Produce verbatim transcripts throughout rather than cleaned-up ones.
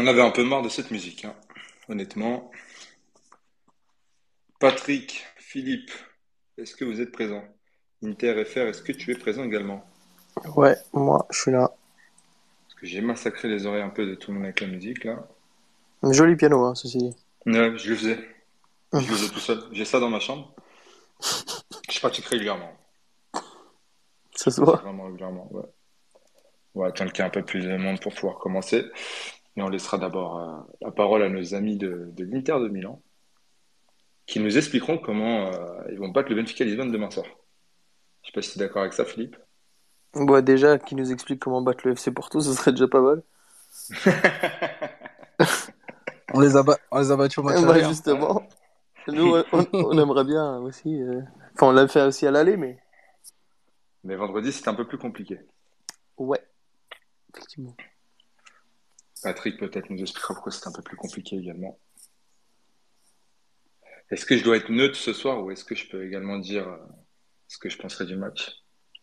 J'en avais un peu marre de cette musique, hein, honnêtement. Patrick, Philippe, est-ce que vous êtes présents? Inter F R, est-ce que tu es présent également? Ouais, moi, je suis là. Parce que j'ai massacré les oreilles un peu de tout le monde avec la musique, là. Un joli piano, hein, ceci dit. Ouais, je le faisais. Je le faisais tout seul. J'ai ça dans ma chambre. Je pratique régulièrement. Je Ça se pratique voit. vraiment régulièrement, ouais. On va attendre qu'il y ait un peu plus de monde pour pouvoir commencer. Et on laissera d'abord euh, la parole à nos amis de, de l'Inter de Milan, qui nous expliqueront comment euh, ils vont battre le Benfica Lisbonne demain soir. Je sais pas si tu es d'accord avec ça, Philippe. Bon, déjà, qui nous explique comment battre le F C Porto, ce serait déjà pas mal. On les a, ba- on les a battus au Eh match bah, aller, hein. justement, nous, on, on aimerait bien aussi. euh, Enfin, on l'a fait aussi à l'aller, mais. Mais vendredi, c'était un peu plus compliqué. Ouais, effectivement. Patrick peut-être nous expliquera pourquoi c'était un peu plus compliqué également. Est-ce que je dois être neutre ce soir ou est-ce que je peux également dire euh, ce que je penserais du match?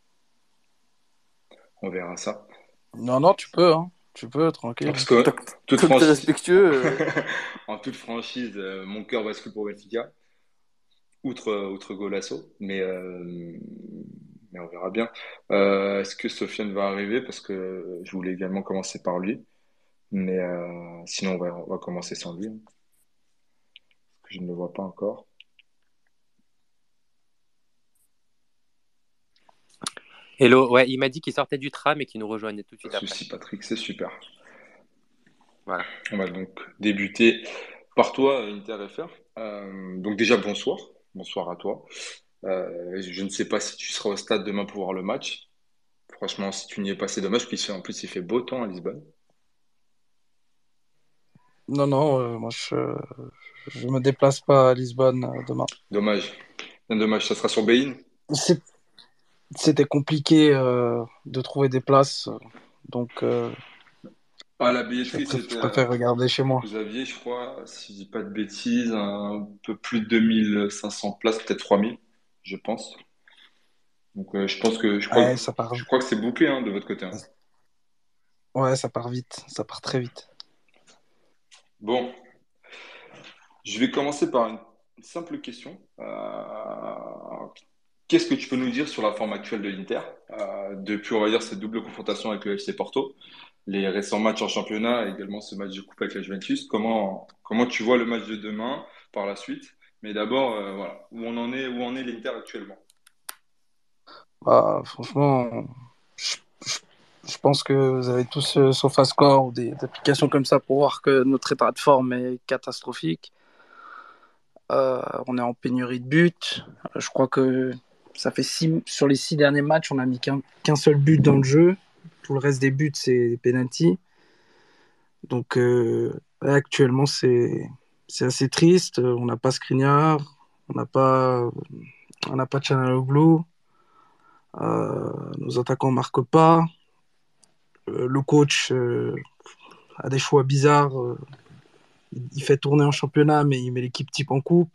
On verra ça. Non, non, tu peux, hein. Tu peux, tranquille. Parce que, Tant que toute tant que t'es franchise, respectueux. euh, en toute franchise, euh, mon cœur bascule pour Benfica, outre, euh, outre Golasso, mais, euh, mais on verra bien. Euh, est-ce que Sofiane va arriver? Parce que je voulais également commencer par lui, mais euh, sinon on va, on va commencer sans lui, hein, parce que je ne le vois pas encore. Hello, ouais, il m'a dit qu'il sortait du tram et qu'il nous rejoignait tout de Pas de suite après. souci, Patrick, c'est super. Voilà. On va donc débuter par toi, Inter F R. Euh, donc déjà, bonsoir. Bonsoir à toi. Euh, je ne sais pas si tu seras au stade demain pour voir le match. Franchement, si tu n'y es pas, c'est dommage, puisqu'en plus, il fait beau temps à Lisbonne. Non, non, euh, moi, je, je me déplace pas à Lisbonne euh, demain. Dommage. Bien dommage, ça sera sur Bein. C'est- C'était compliqué euh, de trouver des places, euh, donc euh, Ah, la je, billetterie, préf- c'était, je euh, préfère regarder chez moi. vous aviez, je crois, si je dis pas de bêtises, un peu plus de deux mille cinq cents places, peut-être trois mille, je pense. Donc, euh, je pense que, je crois, Ouais, que- ça part, je crois que c'est bouclé, hein, de votre côté, hein. ouais, ça part vite, ça part très vite. Bon, je vais commencer par une simple question. Euh, qu'est-ce que tu peux nous dire sur la forme actuelle de l'Inter euh, depuis, on va dire, cette double confrontation avec le F C Porto, les récents matchs en championnat et également ce match de coupe avec la Juventus. Comment, comment tu vois le match de demain par la suite? Mais d'abord, euh, voilà, où on en est, où en est l'Inter actuellement? Bah, franchement, je, je- je pense que vous avez tous euh, SofaScore ou des, des applications comme ça pour voir que notre état de forme est catastrophique. Euh, on est en pénurie de buts. Euh, Je crois que ça fait six, sur les six derniers matchs, on a mis qu'un qu'un seul but dans le jeu. Tout le reste des buts, c'est des penalties. Donc euh, là, actuellement, c'est c'est assez triste. Euh, On n'a pas Skriniar, on n'a pas on n'a pas Çalhanoğlu. Euh, nos attaquants marquent pas. Euh, le coach euh, a des choix bizarres. Euh, il, il fait tourner en championnat, mais il met l'équipe type en coupe.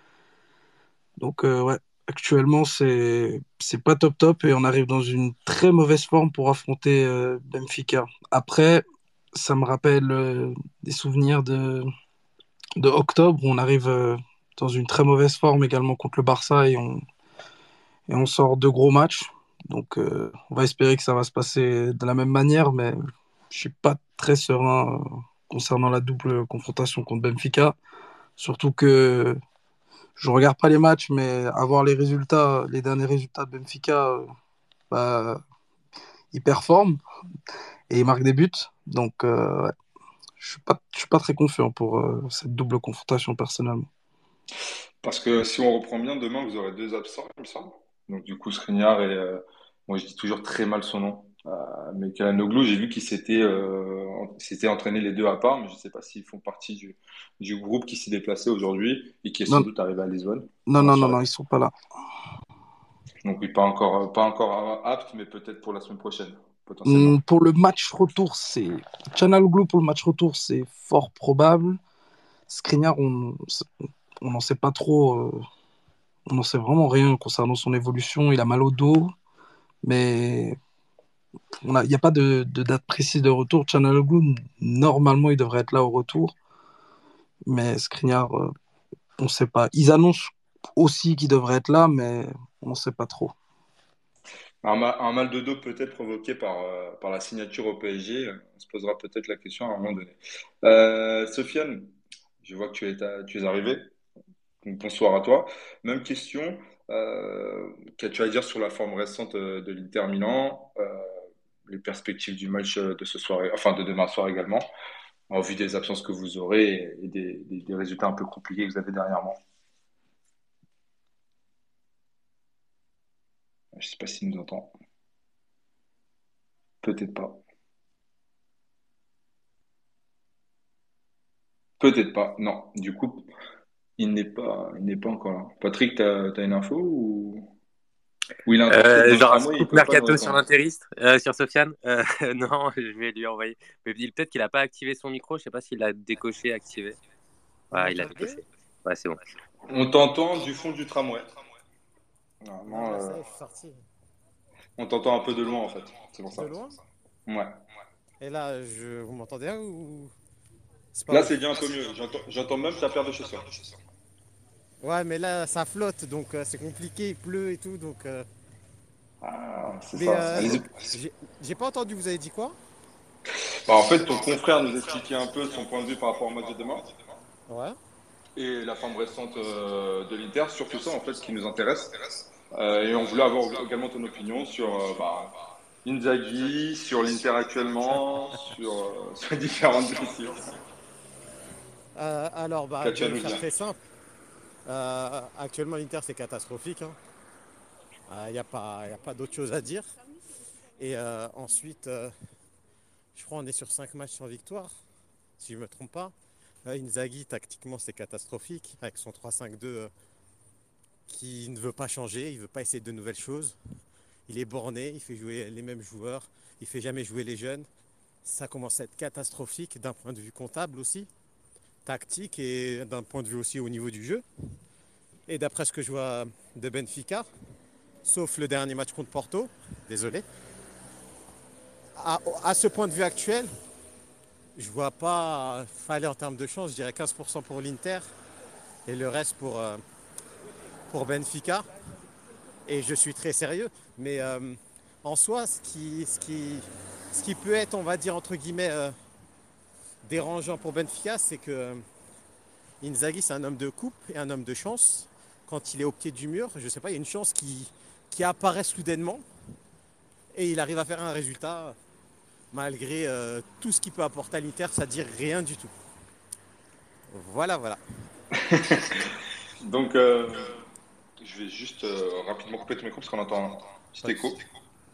Donc euh, ouais, actuellement c'est c'est pas top top et on arrive dans une très mauvaise forme pour affronter euh, Benfica. Après, ça me rappelle euh, des souvenirs de de octobre où on arrive euh, dans une très mauvaise forme également contre le Barça et on et on sort deux gros matchs. Donc euh, on va espérer que ça va se passer de la même manière, mais je suis pas très serein euh, concernant la double confrontation contre Benfica. Surtout que je regarde pas les matchs, mais avoir les résultats, les derniers résultats de Benfica, euh, bah, ils performent et ils marquent des buts. Donc, euh, ouais, je suis pas, je suis pas très confiant pour euh, cette double confrontation personnellement. Parce que si on reprend bien, demain, vous aurez deux absents, il me semble. Donc, du coup, Skriniar et, euh, moi, je dis toujours très mal son nom. Euh, mais Çalhanoğlu, j'ai vu qu'ils s'étaient euh, en- s'étaient entraînés les deux à part, mais je ne sais pas s'ils font partie du, du groupe qui s'est déplacé aujourd'hui et qui est sans Non, doute arrivé à Lisbonne non, dans la non, non, soirée. non, ils sont pas là. Donc, oui, pas encore, pas encore apte, mais peut-être pour la semaine prochaine, potentiellement. Hum, pour le match retour, c'est Çalhanoğlu pour le match retour, c'est fort probable. Skriniar, on on n'en sait pas trop, euh, on n'en sait vraiment rien concernant son évolution. Il a mal au dos, mais On a, il n'y a pas de, de date précise de retour. Çalhanoğlu, normalement, il devrait être là au retour. Mais Skriniar, euh, on ne sait pas. Ils annoncent aussi qu'il devrait être là, mais on ne sait pas trop. Un, ma- un mal de dos peut-être provoqué par, euh, par la signature au P S G. On se posera peut-être la question à un moment donné. Euh, Sofiane, je vois que tu es, à- tu es arrivé. Donc, bonsoir à toi. Même question. Euh, qu'as-tu à dire sur la forme récente euh, de l'Inter Milan, euh, les perspectives du match euh, de ce soir, enfin de demain soir également, en vue des absences que vous aurez et des, des- des résultats un peu compliqués que vous avez dernièrement. Je ne sais pas s'il nous entend. Peut-être pas. Peut-être pas. Non. Du coup, il n'est pas, il n'est pas encore là. Patrick, t'as, t'as une info ou, ou il est encore peut-être Euh, dans le genre un tramway et il scoop peut pas nous mercato sur répondre. l'interiste, euh, sur Sofiane. Euh, non, je vais lui envoyer. Mais il- peut-être qu'il a pas activé son micro. Je sais pas s'il a décoché, activé. Vous Ouais, il a m'entendez? décoché. Ouais, c'est bon. On t'entend du fond du tramway. Non, Normalement, là, euh, ça y est, je suis sorti. on t'entend un peu de loin en fait. C'est pour De ça. loin? Ouais. Et là, je... vous m'entendez hein, ou c'est pas Là, c'est déjà ouf? un peu mieux. J'entends, j'entends même ta paire de chaussures. Ouais, mais là, ça flotte, donc euh, c'est compliqué, il pleut et tout, donc... euh, Ah, c'est Mais ça. euh, Allez-y. j'ai j'ai pas entendu, vous avez dit quoi? Bah, en fait, ton confrère nous expliquait un peu son point de vue par rapport au match de demain Ouais. et la forme récente euh, de l'Inter, surtout ça en fait, ce qui nous intéresse. Euh, et on voulait avoir également ton opinion sur euh, bah, Inzaghi, sur l'Inter actuellement, sur, euh, sur différentes blessures. Euh, alors, bah, je Qu'as-tu à vais nous faire dire? très simple. Euh, actuellement, l'Inter, c'est catastrophique. Il n'y a pas, y a pas d'autre chose à dire. Et euh, ensuite, euh, je crois qu'on est sur cinq matchs sans victoire, si je ne me trompe pas. Euh, Inzaghi, tactiquement, c'est catastrophique, avec son trois cinq deux euh, qui ne veut pas changer, il ne veut pas essayer de nouvelles choses. Il est borné, il fait jouer les mêmes joueurs, il fait jamais jouer les jeunes. Ça commence à être catastrophique d'un point de vue comptable aussi, tactique et d'un point de vue aussi au niveau du jeu. Et d'après ce que je vois de Benfica, sauf le dernier match contre Porto, désolé, à, à ce point de vue actuel, je vois pas fallait en termes de chance, je dirais quinze pour cent pour l'Inter et le reste pour, euh, pour Benfica. Et je suis très sérieux, mais euh, en soi, ce qui, ce, qui, ce qui peut être, on va dire, entre guillemets, euh, dérangeant pour Benfica, c'est que euh, Inzaghi, c'est un homme de coupe et un homme de chance. Quand il est au pied du mur, je sais pas, il y a une chance qui, qui apparaît soudainement et il arrive à faire un résultat malgré euh, tout ce qu'il peut apporter à l'Inter, c'est-à-dire rien du tout. Voilà, voilà. Donc, euh, je vais juste euh, rapidement couper ton micro parce qu'on entend un Pas petit de souci. écho.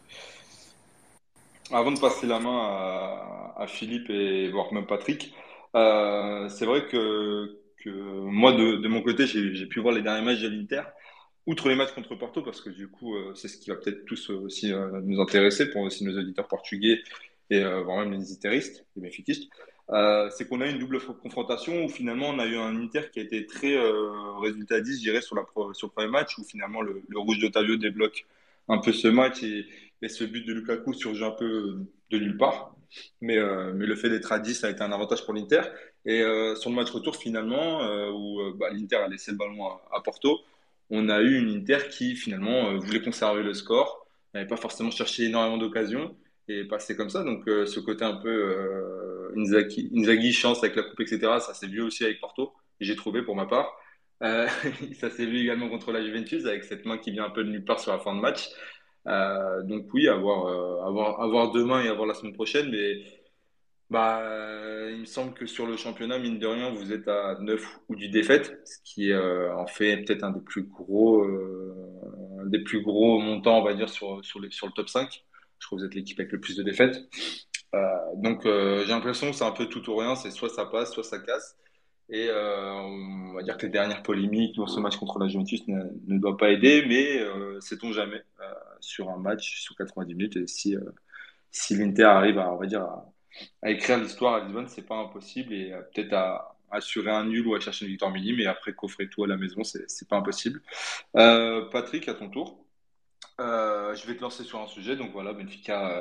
Avant de passer la main à, à Philippe et voire même Patrick, euh, c'est vrai que, que moi, de, de mon côté, j'ai j'ai pu voir les derniers matchs de l'Inter, outre les matchs contre Porto, parce que du coup, euh, c'est ce qui va peut-être tous euh, aussi euh, nous intéresser, pour aussi nos auditeurs portugais et euh, voire même les interistes, les béfiquistes. Euh, c'est qu'on a eu une double f- confrontation où finalement on a eu un Inter qui a été très euh, résultat dix, je dirais, sur, la pro- sur le premier match, où finalement le, le rouge d'Otavio débloque un peu ce match et, et ce but de Lukaku surgit un peu de nulle part. Mais, euh, mais le fait d'être à dix a été un avantage pour l'Inter. Et euh, sur le match retour, finalement, euh, où euh, bah, l'Inter a laissé le ballon à, à Porto, on a eu une Inter qui finalement euh, voulait conserver le score, n'avait pas forcément cherché énormément d'occasions et passé comme ça. Donc euh, ce côté un peu euh, Inzaghi, Inzaghi, chance avec la coupe, et cetera, ça s'est vu aussi avec Porto, j'ai trouvé pour ma part. Euh, ça s'est vu également contre la Juventus avec cette main qui vient un peu de nulle part sur la fin de match. Euh, donc oui, avoir, euh, avoir, avoir demain et avoir la semaine prochaine, mais bah, euh, il me semble que sur le championnat, mine de rien, vous êtes à neuf ou dix défaites, ce qui euh, en fait peut-être un des plus gros, euh, un des plus gros montants, on va dire, sur, sur, les, sur le top cinq. Je crois que vous êtes l'équipe avec le plus de défaites. Euh, donc euh, j'ai l'impression que c'est un peu tout ou rien, c'est soit ça passe, soit ça casse. Et euh, on va dire que les dernières polémiques dans ce match contre la Juventus ne, ne doivent pas aider, mais euh, sait-on jamais euh, sur un match sur quatre-vingt-dix minutes. Et si, euh, si l'Inter arrive à, on va dire, à, à écrire l'histoire à Lisbonne, c'est pas impossible et euh, peut-être à, à assurer un nul ou à chercher une victoire minime, et après coffrer tout à la maison, c'est c'est pas impossible. Euh, Patrick, à ton tour. Euh, je vais te lancer sur un sujet. Donc voilà, Benfica, euh,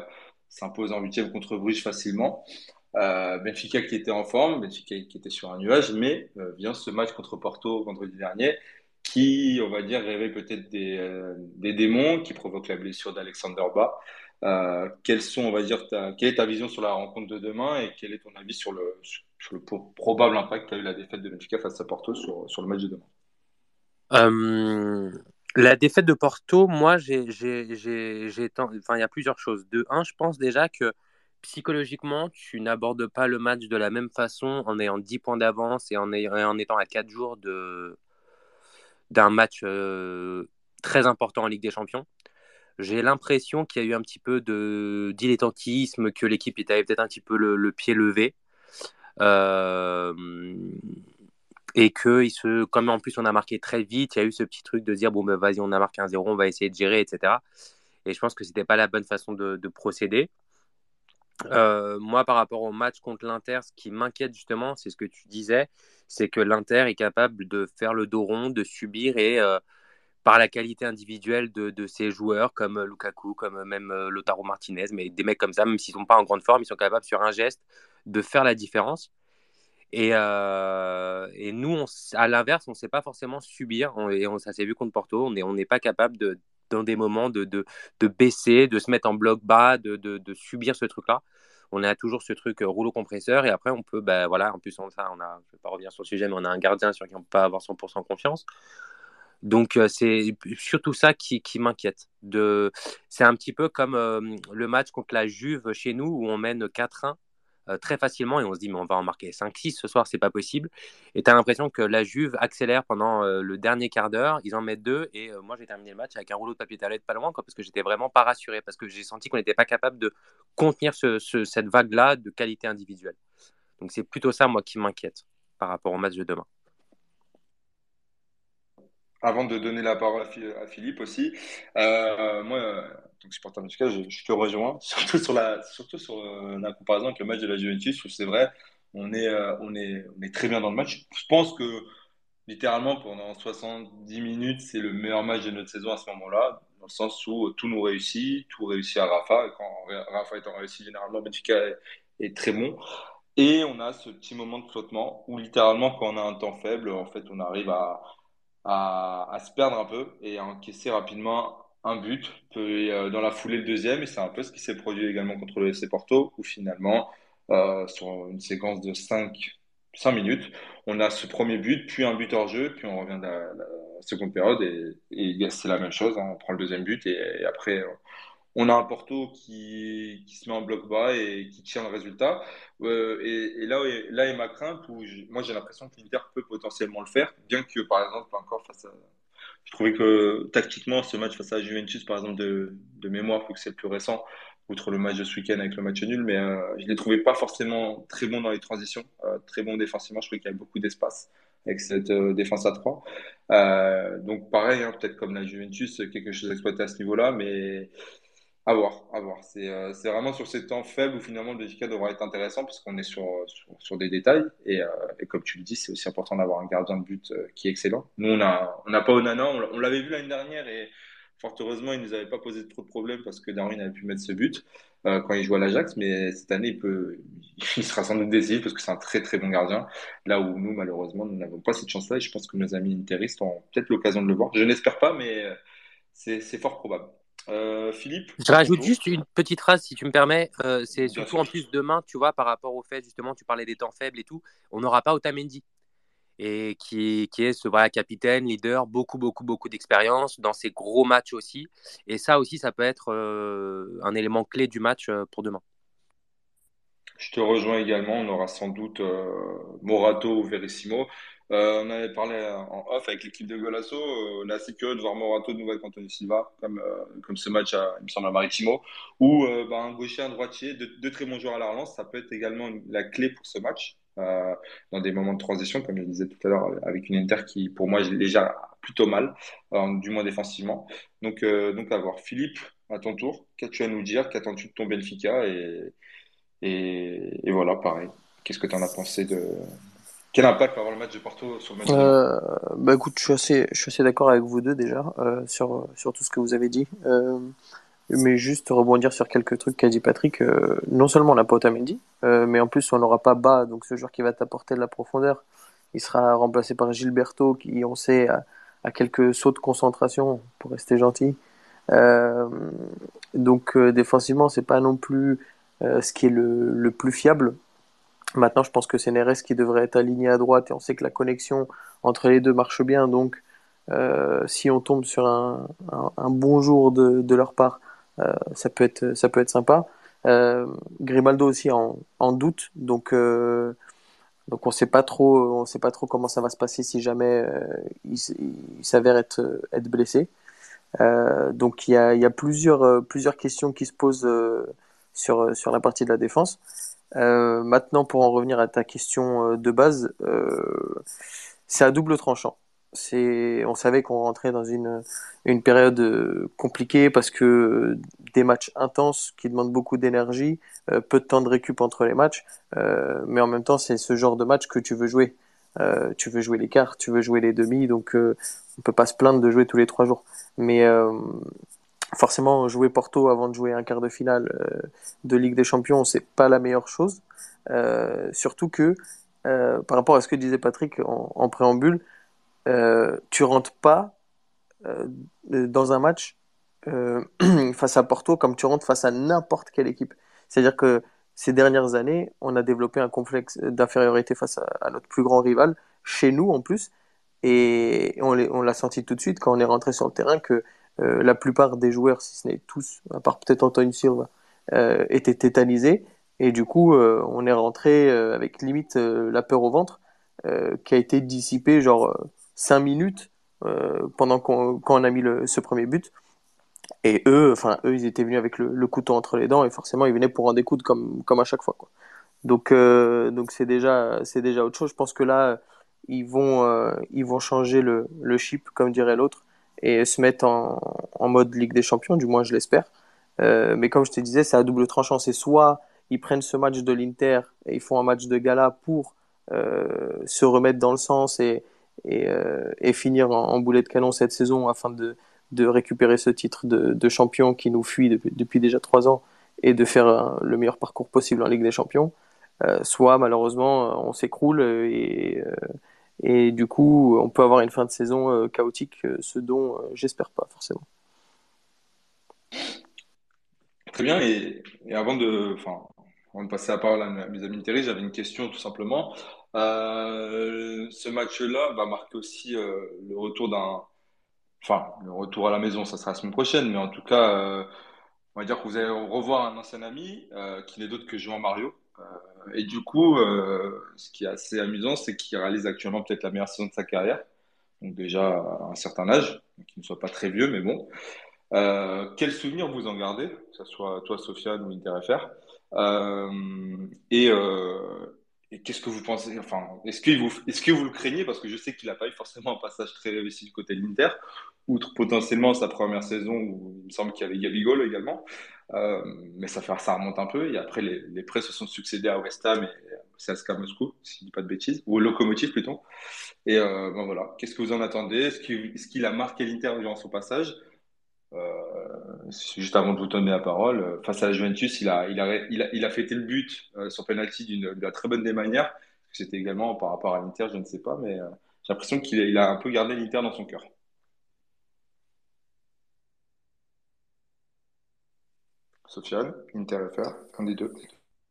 s'impose en huitième contre Bruges facilement. Euh, Benfica qui était en forme, Benfica qui était sur un nuage, mais euh, vient ce match contre Porto vendredi dernier, qui, on va dire, réveille peut-être des, euh, des démons, qui provoque la blessure d'Alexander Ba. Euh, quelles sont, on va dire, ta, quelle est ta vision sur la rencontre de demain et quel est ton avis sur le, sur, sur le pro- probable impact qu'a eu la défaite de Benfica face à Porto sur, sur le match de demain? Euh, la défaite de Porto, moi, j'ai, j'ai, j'ai, j'ai ten- enfin, il y a plusieurs choses. De un, je pense déjà que psychologiquement, tu n'abordes pas le match de la même façon en ayant dix points d'avance et en, ayant- et en étant à quatre jours de, d'un match euh, très important en Ligue des Champions. J'ai l'impression qu'il y a eu un petit peu de dilettantisme, que l'équipe avait peut-être un petit peu le, le pied levé. Euh, et que il se, comme en plus on a marqué très vite, il y a eu ce petit truc de dire bon ben vas-y, on a marqué un zéro, on va essayer de gérer, et cetera. Et je pense que c'était pas la bonne façon de, de procéder. Euh, moi, par rapport au match contre l'Inter, ce qui m'inquiète justement, c'est ce que tu disais, c'est que l'Inter est capable de faire le dos rond, de subir et euh, par la qualité individuelle de, de ses joueurs comme Lukaku, comme même euh, Lautaro Martinez, mais des mecs comme ça, même s'ils sont pas en grande forme, ils sont capables sur un geste de faire la différence. Et, euh, et nous, on, à l'inverse, on ne sait pas forcément subir. On, et on, ça s'est vu contre Porto. On n'est on n'est pas capable, de, dans des moments, de, de, de baisser, de se mettre en bloc bas, de, de, de subir ce truc-là. On a toujours ce truc euh, rouleau compresseur. Et après, on peut, bah, voilà, en plus, on, ça, on a, je ne vais pas revenir sur le sujet, mais on a un gardien sur qui on ne peut pas avoir cent pour cent confiance. Donc, euh, c'est surtout ça qui, qui m'inquiète. De... C'est un petit peu comme euh, le match contre la Juve chez nous où on mène quatre un euh, très facilement et on se dit mais on va en marquer cinq six ce soir, c'est pas possible. Et tu as l'impression que la Juve accélère pendant euh, le dernier quart d'heure, ils en mettent deux et euh, moi j'ai terminé le match avec un rouleau de papier toilette pas loin quoi, parce que j'étais vraiment pas rassuré, parce que j'ai senti qu'on n'était pas capable de contenir ce, ce, cette vague-là de qualité individuelle. Donc c'est plutôt ça moi qui m'inquiète par rapport au match de demain. Avant de donner la parole à, Phi- à Philippe aussi, euh, moi, euh, en tant que supporter musical, je, je te rejoins, surtout sur la, surtout sur euh, la comparaison avec le match de la Juventus, où c'est vrai, on est, euh, on est, on est très bien dans le match. Je pense que littéralement pendant soixante-dix minutes, c'est le meilleur match de notre saison à ce moment-là, dans le sens où tout nous réussit, tout réussit à Rafa, et quand Rafa étant réussi, généralement Benfica est, est très bon. Et on a ce petit moment de flottement où littéralement quand on a un temps faible, en fait, on arrive à à, à se perdre un peu et à encaisser rapidement un but, puis euh, dans la foulée le deuxième, et c'est un peu ce qui s'est produit également contre le F C Porto, où finalement, euh, sur une séquence de cinq cinq minutes, on a ce premier but, puis un but hors jeu, puis on revient de la, la seconde période, et, et c'est la même chose, hein, on prend le deuxième but, et, et après, on a un Porto qui, qui se met en bloc bas et qui tient le résultat. Euh, et, et là, est- là est ma crainte où je- moi j'ai l'impression que l'Inter peut potentiellement le faire, bien que par exemple encore face à. Je trouvais que tactiquement ce match face à la Juventus, par exemple de, de mémoire, vu que c'est le plus récent, outre le match de ce week-end avec le match nul, mais euh, je ne les trouvais pas forcément très bons dans les transitions, euh, très bons défensivement. Je trouvais qu'il y avait beaucoup d'espace avec cette euh, défense à trois. Euh, donc pareil, hein, peut-être comme la Juventus, quelque chose à exploiter à ce niveau-là, mais à voir, à voir. C'est euh, c'est vraiment sur ces temps faibles où finalement le Benfica devra être intéressant parce qu'on est sur, sur, sur des détails. Et, euh, et comme tu le dis, c'est aussi important d'avoir un gardien de but euh, qui est excellent. Nous, on a, on n'a pas Onana, on, l'a- on l'avait vu l'année dernière et fort heureusement, il ne nous avait pas posé trop de problèmes parce que Darwin avait pu mettre ce but euh, quand il joue à l'Ajax. Mais cette année, il peut, il sera sans doute décisif parce que c'est un très très bon gardien. Là où nous, malheureusement, nous n'avons pas cette chance-là et je pense que nos amis interistes ont peut-être l'occasion de le voir. Je n'espère pas, mais euh, c'est c'est fort probable. Euh, Philippe, Je à ton rajoute tour. juste une petite phrase, si tu me permets. Euh, c'est Bien surtout sûr. en plus demain, tu vois, par rapport au fait, justement, tu parlais des temps faibles et tout, on n'aura pas Otamendi. Et qui, qui est ce vrai capitaine, leader, beaucoup, beaucoup, beaucoup d'expérience dans ces gros matchs aussi. Et ça aussi, ça peut être euh, un élément clé du match euh, pour demain. Je te rejoins également. On aura sans doute euh, Morato ou Verissimo. Euh, on avait parlé en off avec l'équipe de Golasso. Euh, on est assez curieux de voir Morato de nouveau avec Anthony Silva, comme, euh, comme ce match, à, il me semble, à Maritimo. Ou euh, bah, un gaucher, un droitier, deux, deux très bons joueurs à la relance. Ça peut être également une- la clé pour ce match. Euh, dans des moments de transition, comme je le disais tout à l'heure, avec une Inter qui, pour moi, est déjà plutôt mal, euh, du moins défensivement. Donc, euh, donc à voir. Philippe, à ton tour, qu'as-tu à nous dire? Qu'attends-tu de ton Benfica? Et, et, et voilà, pareil. Qu'est-ce que tu en as pensé de. Quel impact va avoir le match de Porto sur le match de demain? Euh, bah écoute, je suis assez, je suis assez d'accord avec vous deux déjà euh, sur, sur tout ce que vous avez dit. Euh, mais juste rebondir sur quelques trucs qu'a dit Patrick. Euh, non seulement on n'a pas Otamendi, euh, mais en plus on n'aura pas Bas, donc ce joueur qui va t'apporter de la profondeur. Il sera remplacé par Gilberto, qui on sait a, a quelques sauts de concentration, pour rester gentil. Euh, donc euh, défensivement, c'est pas non plus euh, ce qui est le, le plus fiable. Maintenant, je pense que c'est Neres qui devrait être aligné à droite et on sait que la connexion entre les deux marche bien. Donc, euh, si on tombe sur un, un, un bon jour de, de leur part, euh, ça peut être, ça peut être sympa. Euh, Grimaldo aussi en, en doute, donc euh, donc on sait pas trop, on sait pas trop comment ça va se passer si jamais euh, il, il s'avère être être blessé. Euh, donc il y a, il y a plusieurs euh, plusieurs questions qui se posent euh, sur sur la partie de la défense. Euh, maintenant, pour en revenir à ta question euh, de base, euh, c'est à double tranchant. C'est, on savait qu'on rentrait dans une, une période euh, compliquée parce que euh, des matchs intenses qui demandent beaucoup d'énergie, euh, peu de temps de récup entre les matchs, euh, mais en même temps, c'est ce genre de match que tu veux jouer. Euh, tu veux jouer les quarts, tu veux jouer les demi, donc euh, on peut pas se plaindre de jouer tous les trois jours. Mais euh, forcément, jouer Porto avant de jouer un quart de finale euh, de Ligue des Champions, c'est pas la meilleure chose. Euh, surtout que, euh, par rapport à ce que disait Patrick en, en préambule, euh, tu rentres pas euh, dans un match euh, face à Porto comme tu rentres face à n'importe quelle équipe. C'est-à-dire que ces dernières années, on a développé un complexe d'infériorité face à, à notre plus grand rival, chez nous en plus, et on l'est- on l'a senti tout de suite quand on est rentré sur le terrain que euh, la plupart des joueurs, si ce n'est tous, à part peut-être Antoine Silva, euh, étaient tétanisés. Et du coup, euh, on est rentré euh, avec limite euh, la peur au ventre, euh, qui a été dissipée genre euh, cinq minutes euh, pendant qu'on quand on a mis le, ce premier but. Et eux, enfin eux, ils étaient venus avec le, le couteau entre les dents et forcément ils venaient pour en découdre comme comme à chaque fois, quoi. Donc, euh, donc c'est déjà, c'est déjà autre chose. Je pense que là, ils vont, euh, ils vont changer le, le chip, comme dirait l'autre, et se mettre en, en mode Ligue des Champions, du moins je l'espère. Euh, mais comme je te disais, c'est à double tranchant. C'est soit ils prennent ce match de l'Inter et ils font un match de gala pour euh, se remettre dans le sens et, et, euh, et finir en, en boulet de canon cette saison afin de, de récupérer ce titre de, de champion qui nous fuit depuis, depuis déjà trois ans et de faire un- le meilleur parcours possible en Ligue des Champions. Euh, soit malheureusement euh, on s'écroule euh, et, euh, et du coup on peut avoir une fin de saison euh, chaotique, euh, ce dont euh, j'espère pas forcément. Très bien. Et, et avant de, enfin, avant de passer la parole à mes amis Thierry, j'avais une question tout simplement. Euh, ce match-là va marquer aussi euh, le retour d'un, enfin, le retour à la maison, ça sera la semaine prochaine, mais en tout cas, euh, on va dire que vous allez revoir un ancien ami euh, qui n'est d'autre que Jean Mario. Euh, et du coup, euh, ce qui est assez amusant, c'est qu'il réalise actuellement peut-être la meilleure saison de sa carrière. Donc déjà à un certain âge, qu'il ne soit pas très vieux, mais bon. Euh, quel souvenir vous en gardez, que ce soit toi, Sofiane ou InterFR? Euh, et euh, et qu'est-ce que vous pensez, enfin, est-ce que vous, est-ce que vous le craignez? Parce que je sais qu'il n'a pas eu forcément un passage très réussi du côté de l'Inter, outre potentiellement sa première saison où il me semble qu'il y avait Gabigol également. Euh, mais ça, fait, ça remonte un peu. Et après, les, les prêts se sont succédés à West Ham et C S K à Moscou, si je dis pas de bêtises, ou au Lokomotiv plutôt. Et euh, ben voilà, qu'est-ce que vous en attendez? Est-ce qu'il, est-ce qu'il a marqué l'Inter durant son passage? Euh, juste avant de vous donner la parole, euh, face à la Juventus, il a, il a, il a, il a fêté le but euh, sur penalty d'une de la très bonne des manières. C'était également par rapport à l'Inter, je ne sais pas, mais euh, j'ai l'impression qu'il a, il a un peu gardé l'Inter dans son cœur. Sofiane, Inter F R, un des deux.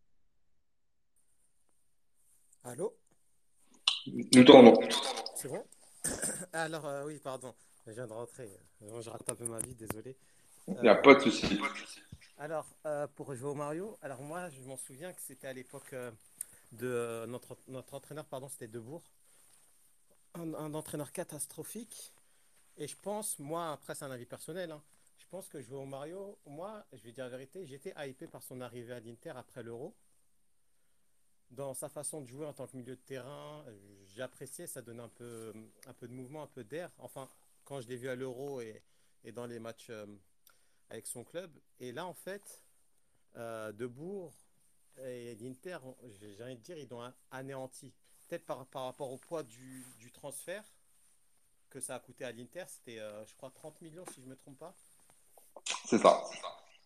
Allô? Nous t'entendons. C'est bon? Alors, euh, oui, pardon. Je viens de rentrer. Euh, Je rate un peu ma vie, désolé. Il n'y a pas Euh, de souci. alors, euh, pour jouer au Mario, alors moi, je m'en souviens que c'était à l'époque euh, de euh, notre, notre entraîneur, pardon, c'était Debourg. Un, un entraîneur catastrophique. Et je pense, moi, après, c'est un avis personnel, hein, je pense que jouer au Mario, moi, je vais dire la vérité, j'étais hypé par son arrivée à l'Inter après l'Euro. Dans sa façon de jouer en tant que milieu de terrain, euh, j'appréciais, ça donnait un peu, un peu de mouvement, un peu d'air. Enfin, quand je l'ai vu à l'Euro et, et dans les matchs euh, avec son club. Et là, en fait, euh, Debourg et l'Inter, on- j'ai envie de dire, ils ont anéanti. Peut-être par, par rapport au poids du, du transfert que ça a coûté à l'Inter, c'était, euh, je crois, trente millions, si je ne me trompe pas. C'est ça.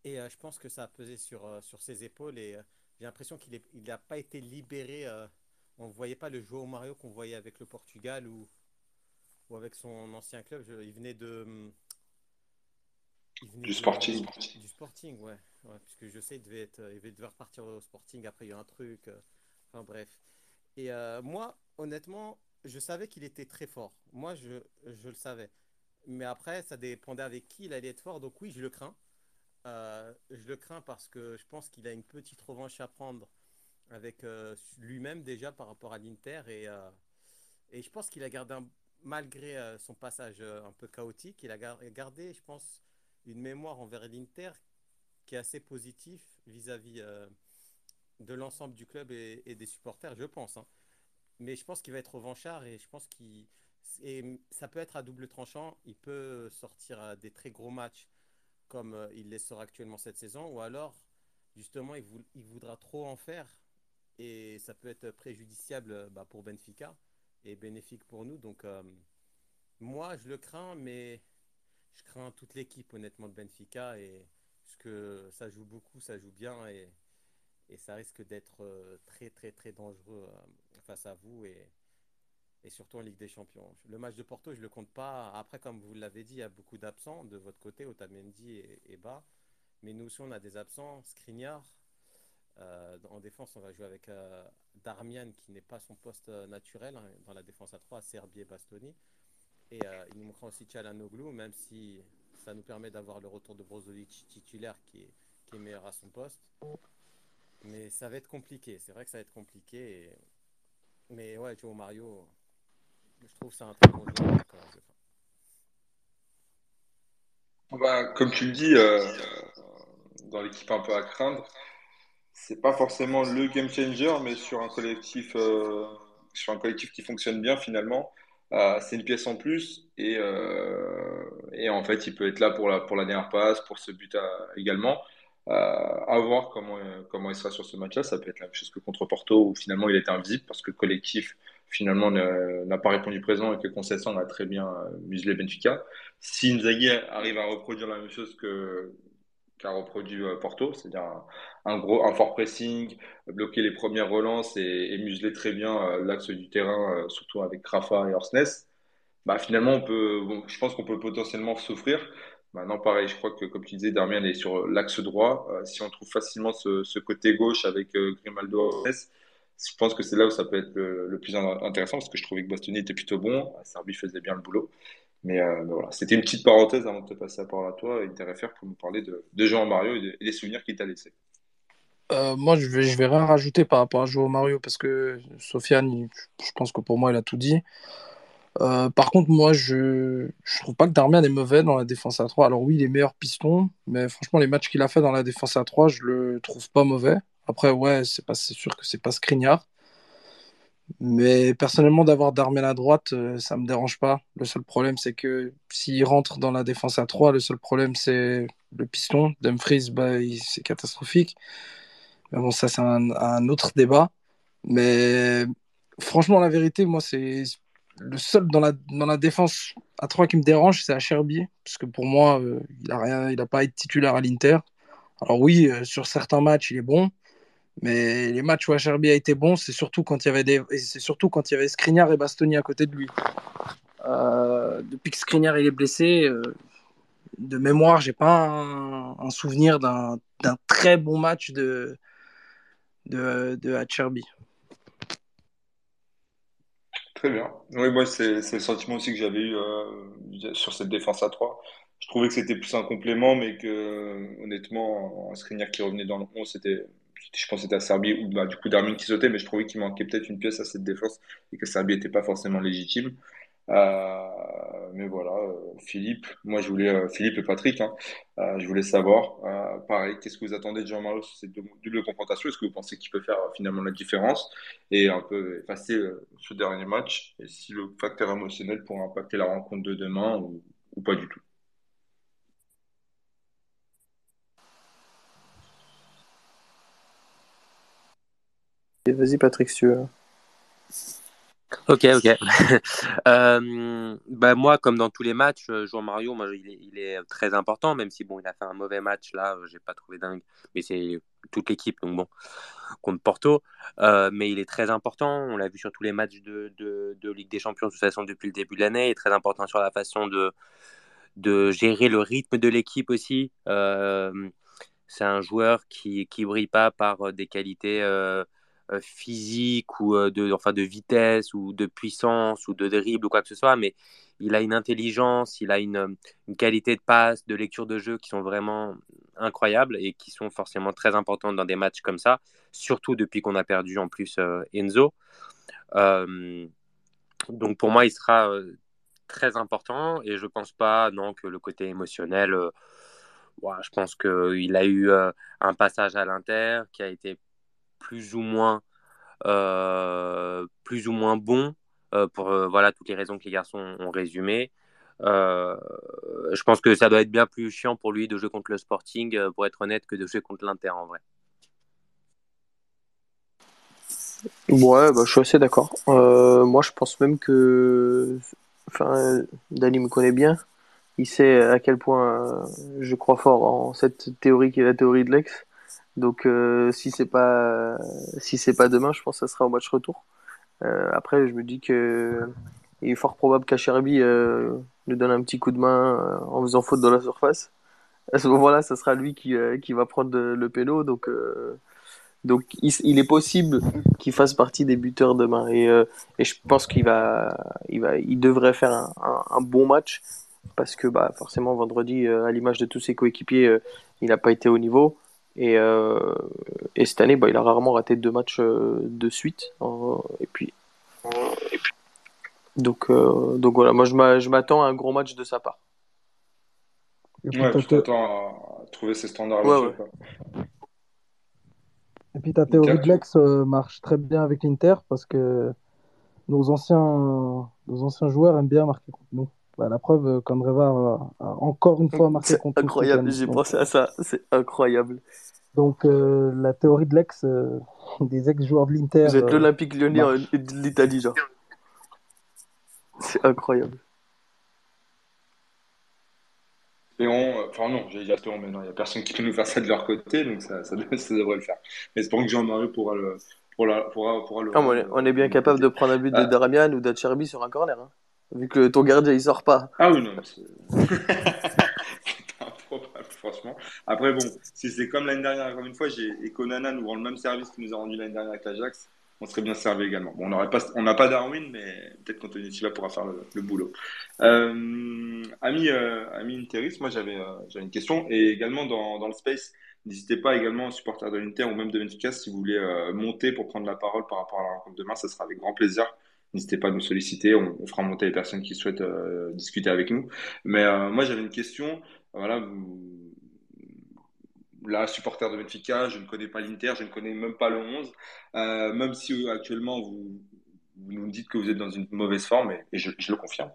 Et euh, je pense que ça a pesé sur, euh, sur ses épaules. Et euh, j'ai l'impression qu'il est, il n'a pas été libéré. Euh, on ne voyait pas le João Mario qu'on voyait avec le Portugal ou, ou avec son ancien club. Je- il venait de, hum, il venait Du de, Sporting. du Sporting, ouais. Ouais, puisque je sais, il devait être, il devait repartir au Sporting. Après, il y a eu un truc. euh, enfin, bref. Et euh, moi, honnêtement, je savais qu'il était très fort. Moi, je, je le savais. Mais après, ça dépendait avec qui il allait être fort. Donc oui, je le crains. Euh, je le crains parce que je pense qu'il a une petite revanche à prendre avec euh, lui-même déjà par rapport à l'Inter. Et, euh, et je pense qu'il a gardé, un- malgré euh, son passage euh, un peu chaotique, il a gar- gardé, je pense, une mémoire envers l'Inter qui est assez positive vis-à-vis euh, de l'ensemble du club et, et des supporters, je pense, hein. Mais je pense qu'il va être revanchard et je pense qu'il et ça peut être à double tranchant. Il peut sortir euh, des très gros matchs comme euh, il les sort actuellement cette saison, ou alors justement il, vou- il voudra trop en faire et ça peut être préjudiciable euh, bah, pour Benfica et bénéfique pour nous. Donc euh, moi je le crains, mais je crains toute l'équipe honnêtement de Benfica et parce que ça joue beaucoup, ça joue bien et, et ça risque d'être euh, très très très dangereux euh, face à vous et, et surtout en Ligue des Champions. Le match de Porto, je ne le compte pas. Après, comme vous l'avez dit, il y a beaucoup d'absents de votre côté, Otamendi et, et Bas. Mais nous aussi, on a des absents. Skriniar, euh, en défense, on va jouer avec euh, Darmian, qui n'est pas son poste euh, naturel hein, dans la défense à trois, Serbi et Bastoni. Et euh, il nous manquera aussi Çalhanoğlu, même si ça nous permet d'avoir le retour de Brozovic titulaire qui est, qui est meilleur à son poste. Mais ça va être compliqué. C'est vrai que ça va être compliqué. Et... Mais ouais, Joe Mario, je trouve que c'est un très bon joueur. Donc, euh, je... Bah, comme tu le dis, euh, dans l'équipe un peu à craindre, c'est pas forcément le game changer, mais sur un collectif, euh, sur un collectif qui fonctionne bien finalement, euh, c'est une pièce en plus et, euh, et en fait il peut être là pour la pour la dernière passe, pour ce but à- également. Euh, à voir comment euh, comment il sera sur ce match-là. Ça peut être la même chose que contre Porto où finalement il était invisible parce que le collectif finalement ne- n'a pas répondu présent et que Conceição a très bien euh, muselé Benfica. Si Inzaghi arrive à reproduire la même chose que qu'a reproduit euh, Porto, c'est-à-dire un, un gros, un fort pressing, bloquer les premières relances et, et museler très bien euh, l'axe du terrain, euh, surtout avec Rafa et Orsnes, bah finalement on peut, bon, je pense qu'on peut potentiellement souffrir. Maintenant, pareil, je crois que comme tu disais, Darmian est sur l'axe droit. Euh, si on trouve facilement ce, ce côté gauche avec euh, Grimaldo, Orsnes, je pense que c'est là où ça peut être le, le plus in- intéressant parce que je trouvais que Bastoni était plutôt bon, Serbi faisait bien le boulot. Mais, euh, mais voilà, c'était une petite parenthèse avant de te passer la parole à toi et de te référer pour nous parler de, de Jean Mario et, de- et des souvenirs qu'il t'a laissés. Euh, moi, je vais, je vais rien rajouter par rapport à Joao Mario parce que Sofiane, il- je pense que pour moi, il a tout dit. Euh, par contre, moi, je je trouve pas que Darmian est mauvais dans la défense à trois. Alors oui, il est meilleur piston, mais franchement, les matchs qu'il a fait dans la défense à trois, je le trouve pas mauvais. Après, ouais, c'est pas, c'est sûr que c'est pas Skriniar. Mais personnellement, d'avoir Darmian à droite, euh, ça me dérange pas. Le seul problème, c'est que s'il rentre dans la défense à trois, le seul problème, c'est le piston. Dumfries, bah, il- c'est catastrophique. Mais bon, ça, c'est un, un autre débat. Mais franchement, la vérité, moi, c'est le seul dans la, dans la défense à trois qui me dérange, c'est Acherbi. Parce que pour moi, euh, il a rien, il a pas à être titulaire à l'Inter. Alors oui, euh, sur certains matchs, il est bon. Mais les matchs où Acherbi a été bon, c'est surtout quand il y avait des, et c'est surtout quand il y avait Skriniar et Bastoni à côté de lui. Euh, depuis que Skriniar il est blessé, euh, de mémoire, j'ai pas un, un souvenir d'un, d'un très bon match de, de, de Acherbi. Très bien. Oui, moi, c'est c'est le sentiment aussi que j'avais eu euh, sur cette défense à trois. Je trouvais que c'était plus un complément, mais que honnêtement, un Skriniar qui revenait dans le onze, c'était, je pense que c'était à Serbie ou bah, du coup Darmin qui sautait, mais je trouvais qu'il manquait peut-être une pièce à cette défense et que Serbie n'était pas forcément légitime. Euh, mais voilà, euh, Philippe, moi je voulais, euh, Philippe et Patrick, hein, euh, je voulais savoir, euh, pareil, qu'est-ce que vous attendez de Jean-Mario sur cette dou- double confrontation? Est-ce que vous pensez qu'il peut faire euh, finalement la différence et un peu effacer euh, ce dernier match? Et si le facteur émotionnel pourrait impacter la rencontre de demain ou, ou pas du tout? Et vas-y, Patrick, si tu veux. Ok, ok. Euh, bah moi, comme dans tous les matchs, euh, João Mario, moi, il est, il est très important, même si bon, il a fait un mauvais match là, euh, j'ai pas trouvé dingue, mais c'est toute l'équipe, donc bon, contre Porto. Euh, mais il est très important. On l'a vu sur tous les matchs de, de, de Ligue des Champions de toute façon depuis le début de l'année. Il est très important sur la façon de, de gérer le rythme de l'équipe aussi. Euh, c'est un joueur qui qui brille pas par euh, des qualités euh, euh, physiques ou euh, de enfin de vitesse ou de puissance ou de dribble ou quoi que ce soit, mais il a une intelligence, il a une, une qualité de passe, de lecture de jeu qui sont vraiment incroyables et qui sont forcément très importantes dans des matchs comme ça, surtout depuis qu'on a perdu en plus euh, Enzo. Euh, donc pour moi, il sera euh, très important et je pense pas non que le côté émotionnel euh, ouais, je pense qu'il a eu euh, un passage à l'Inter qui a été plus ou moins, euh, plus ou moins bon euh, pour euh, voilà, toutes les raisons que les garçons ont résumées. Euh, je pense que ça doit être bien plus chiant pour lui de jouer contre le Sporting, euh, pour être honnête, que de jouer contre l'Inter en vrai. Ouais, bah, je suis assez d'accord. Euh, moi, je pense même que, enfin, Dani me connaît bien. Il sait à quel point euh, je crois fort en cette théorie qui est la théorie de l'ex. Donc, euh, si c'est pas, si c'est pas demain, je pense que ça sera au match retour. Euh, après, je me dis que il est fort probable qu'Acherbi euh, nous donne un petit coup de main euh, en faisant faute dans la surface. À ce moment-là, ça sera lui qui, euh, qui va prendre le, le péno. Donc, euh, donc il, il est possible qu'il fasse partie des buteurs demain. Et, euh, et je pense qu'il va, il va, il devrait faire un, un, un bon match parce que bah, forcément, vendredi, euh, à l'image de tous ses coéquipiers, euh, il n'a pas été au niveau. Et, euh, et cette année, bah, il a rarement raté deux matchs euh, de suite. Euh, et puis, donc, euh, donc voilà, moi je m'a- je m'attends à un gros match de sa part. Et puis Ouais, ta, tu thé- t'attends à trouver ses standards Ouais, habituels, ouais. quoi. et puis ta théorie Inter, de tu... l'ex euh, marche très bien avec l'Inter parce que nos anciens, nos anciens joueurs aiment bien marquer contre nous. Bah, la preuve, euh, Kandreva a, a encore une fois marqué C'est contre nous ce incroyable, week-end. j'ai Donc, pensé à ça, c'est incroyable. donc euh, la théorie de l'ex, euh, des ex-joueurs de l'Inter Vous êtes euh, l'Olympique Lyonnais en- marche. de l'Italie, genre. C'est incroyable. Espérons, enfin non, j'ai dit espérons, mais non, il n'y a personne qui peut nous faire ça de leur côté, donc ça, ça, dev- ça devrait le faire. Mais espérons que Jean-Marie pourra le, pourra, pourra, pourra le Ah, mais on rendre est, on est euh, de bien notre capable de côté. prendre un but de Ah, Darmian ou d'Acerbi sur un corner, hein. Vu que ton gardien il sort pas. ah oui, non, mais c'est c'est improbable, franchement. Après, bon, si c'est comme l'année dernière, encore une fois, j'ai, et qu'Onana nous rend le même service qu'il nous a rendu l'année dernière avec l'Ajax, on serait bien servi également. Bon, on n'aurait pas, on n'a pas Darwin, mais peut-être qu'Anthony Silva pourra faire le, le boulot. Euh, ami, euh, ami Interis, moi j'avais, euh, j'avais une question, et également dans, dans le space, n'hésitez pas également, supporters de l'Inter ou même de Benfica, si vous voulez euh, monter pour prendre la parole par rapport à la rencontre de demain, ça sera avec grand plaisir. N'hésitez pas à nous solliciter, on, on fera monter les personnes qui souhaitent euh, discuter avec nous. Mais euh, moi, j'avais une question. Voilà, vous, là, supporter de Benfica, je ne connais pas l'Inter, je ne connais même pas le onze. Euh, même si euh, actuellement vous, vous nous dites que vous êtes dans une mauvaise forme, et, et je, je le confirme.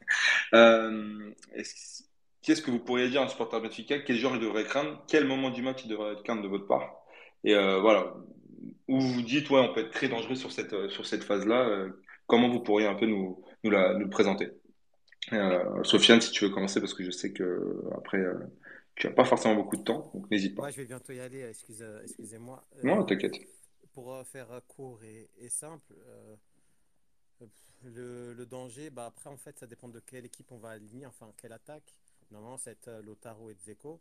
Euh, est-ce- qu'est-ce que vous pourriez dire à un supporter de Benfica? Quel genre il devrait craindre? Quel moment du match il devrait être craindre de votre part? Et euh, voilà, où vous vous dites, ouais, on peut être très dangereux sur cette, euh, sur cette phase-là. Euh, comment vous pourriez un peu nous, nous, la, nous le présenter? Euh, Sofiane, si tu veux commencer, parce que je sais que après, euh, tu n'as pas forcément beaucoup de temps, donc n'hésite pas. Ouais, je vais bientôt y aller, excuse- euh, excusez-moi. Non, Euh, t'inquiète. pour euh, faire euh, court et, et simple, euh, le, le danger, bah après, en fait, ça dépend de quelle équipe on va aligner, enfin, quelle attaque. Normalement, c'est être euh, Lautaro et Dzeko.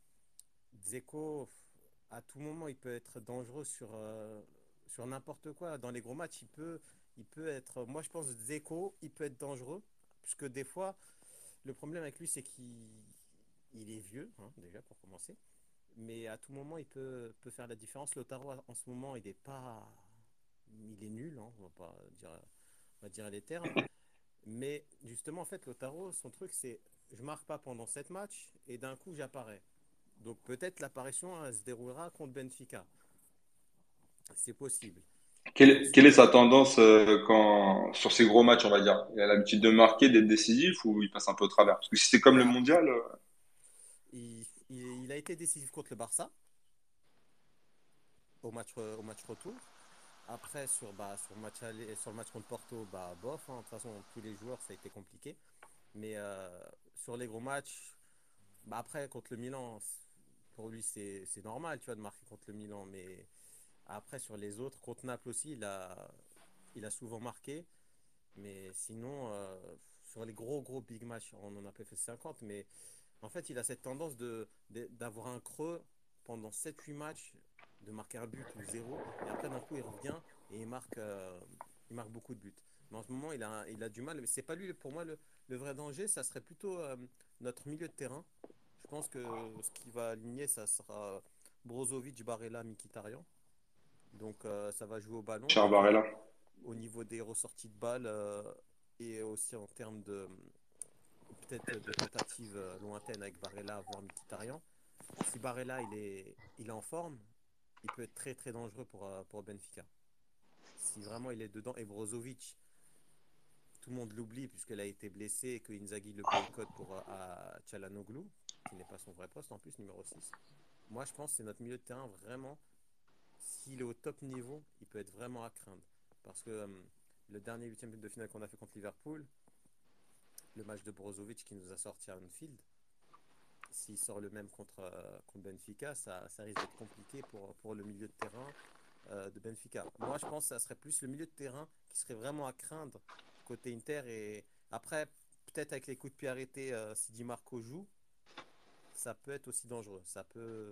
Dzeko, à tout moment, il peut être dangereux sur, euh, sur n'importe quoi. Dans les gros matchs, il peut, il peut être. Moi, je pense que Dzeko, il peut être dangereux. Puisque des fois, le problème avec lui, c'est qu'il il est vieux, hein, déjà, pour commencer. Mais à tout moment, il peut, peut faire la différence. Lautaro, en ce moment, il est pas. Il est nul, hein, on va pas dire, on va dire les termes. Mais justement, en fait, Lautaro, son truc, c'est je marque pas pendant sept matchs et d'un coup, j'apparais. Donc peut-être l'apparition elle se déroulera contre Benfica. C'est possible. Et Quelle, quelle est ensuite, sa euh, tendance euh, quand, sur ces gros matchs, on va dire? Il a l'habitude de marquer, d'être décisif, ou il passe un peu au travers? Parce que si c'est comme le bah, mondial, euh, il, il- il a été décisif contre le Barça au match, au match retour. après, sur, bah, sur, le match aller- sur le match contre Porto, bah, bof, hein. De toute façon, tous les joueurs, ça a été compliqué. Mais euh, sur les gros matchs, bah, après, contre le Milan, c'est- pour lui, c'est c'est normal, tu vois, de marquer contre le Milan. Mais après, sur les autres, contre Naples aussi, il a, il a souvent marqué. Mais sinon, euh, sur les gros, gros big matchs, on en a pas fait cinquante. Mais en fait, il a cette tendance de, de- d'avoir un creux pendant sept huit matchs, de marquer un but ou zéro. Et après, d'un coup, il revient et il marque, euh, il marque beaucoup de buts. Mais en ce moment, il a, il a du mal. Mais c'est pas lui, pour moi, le, le vrai danger. Ça serait plutôt euh, notre milieu de terrain. Je pense que ce qui va aligner, ça sera Brozovic, Barella, Mkhitaryan. Donc, euh, ça va jouer au ballon. Cher Donc, Barella. au, au niveau des ressorties de balles euh, et aussi en termes de peut-être de tentatives euh, lointaines avec Barella, voire Mkhitaryan. Si Barella il est, il est en forme, il peut être très très dangereux pour, euh, pour Benfica. Si vraiment il est dedans, et Brozovic, tout le monde l'oublie puisqu'elle a été blessée et que Inzaghi le boycotte pour euh, à Çalhanoğlu, qui n'est pas son vrai poste en plus, numéro six. Moi je pense que c'est notre milieu de terrain vraiment, s'il est au top niveau, il peut être vraiment à craindre. Parce que euh, le dernier huitième de finale qu'on a fait contre Liverpool, le match de Brozovic qui nous a sorti à Anfield, s'il sort le même contre, euh, contre Benfica, ça, ça risque d'être compliqué pour, pour le milieu de terrain euh, de Benfica. Moi, je pense que ça serait plus le milieu de terrain qui serait vraiment à craindre côté Inter. Et après, peut-être avec les coups de pied arrêtés, euh, si Di Marco joue, ça peut être aussi dangereux. Ça peut,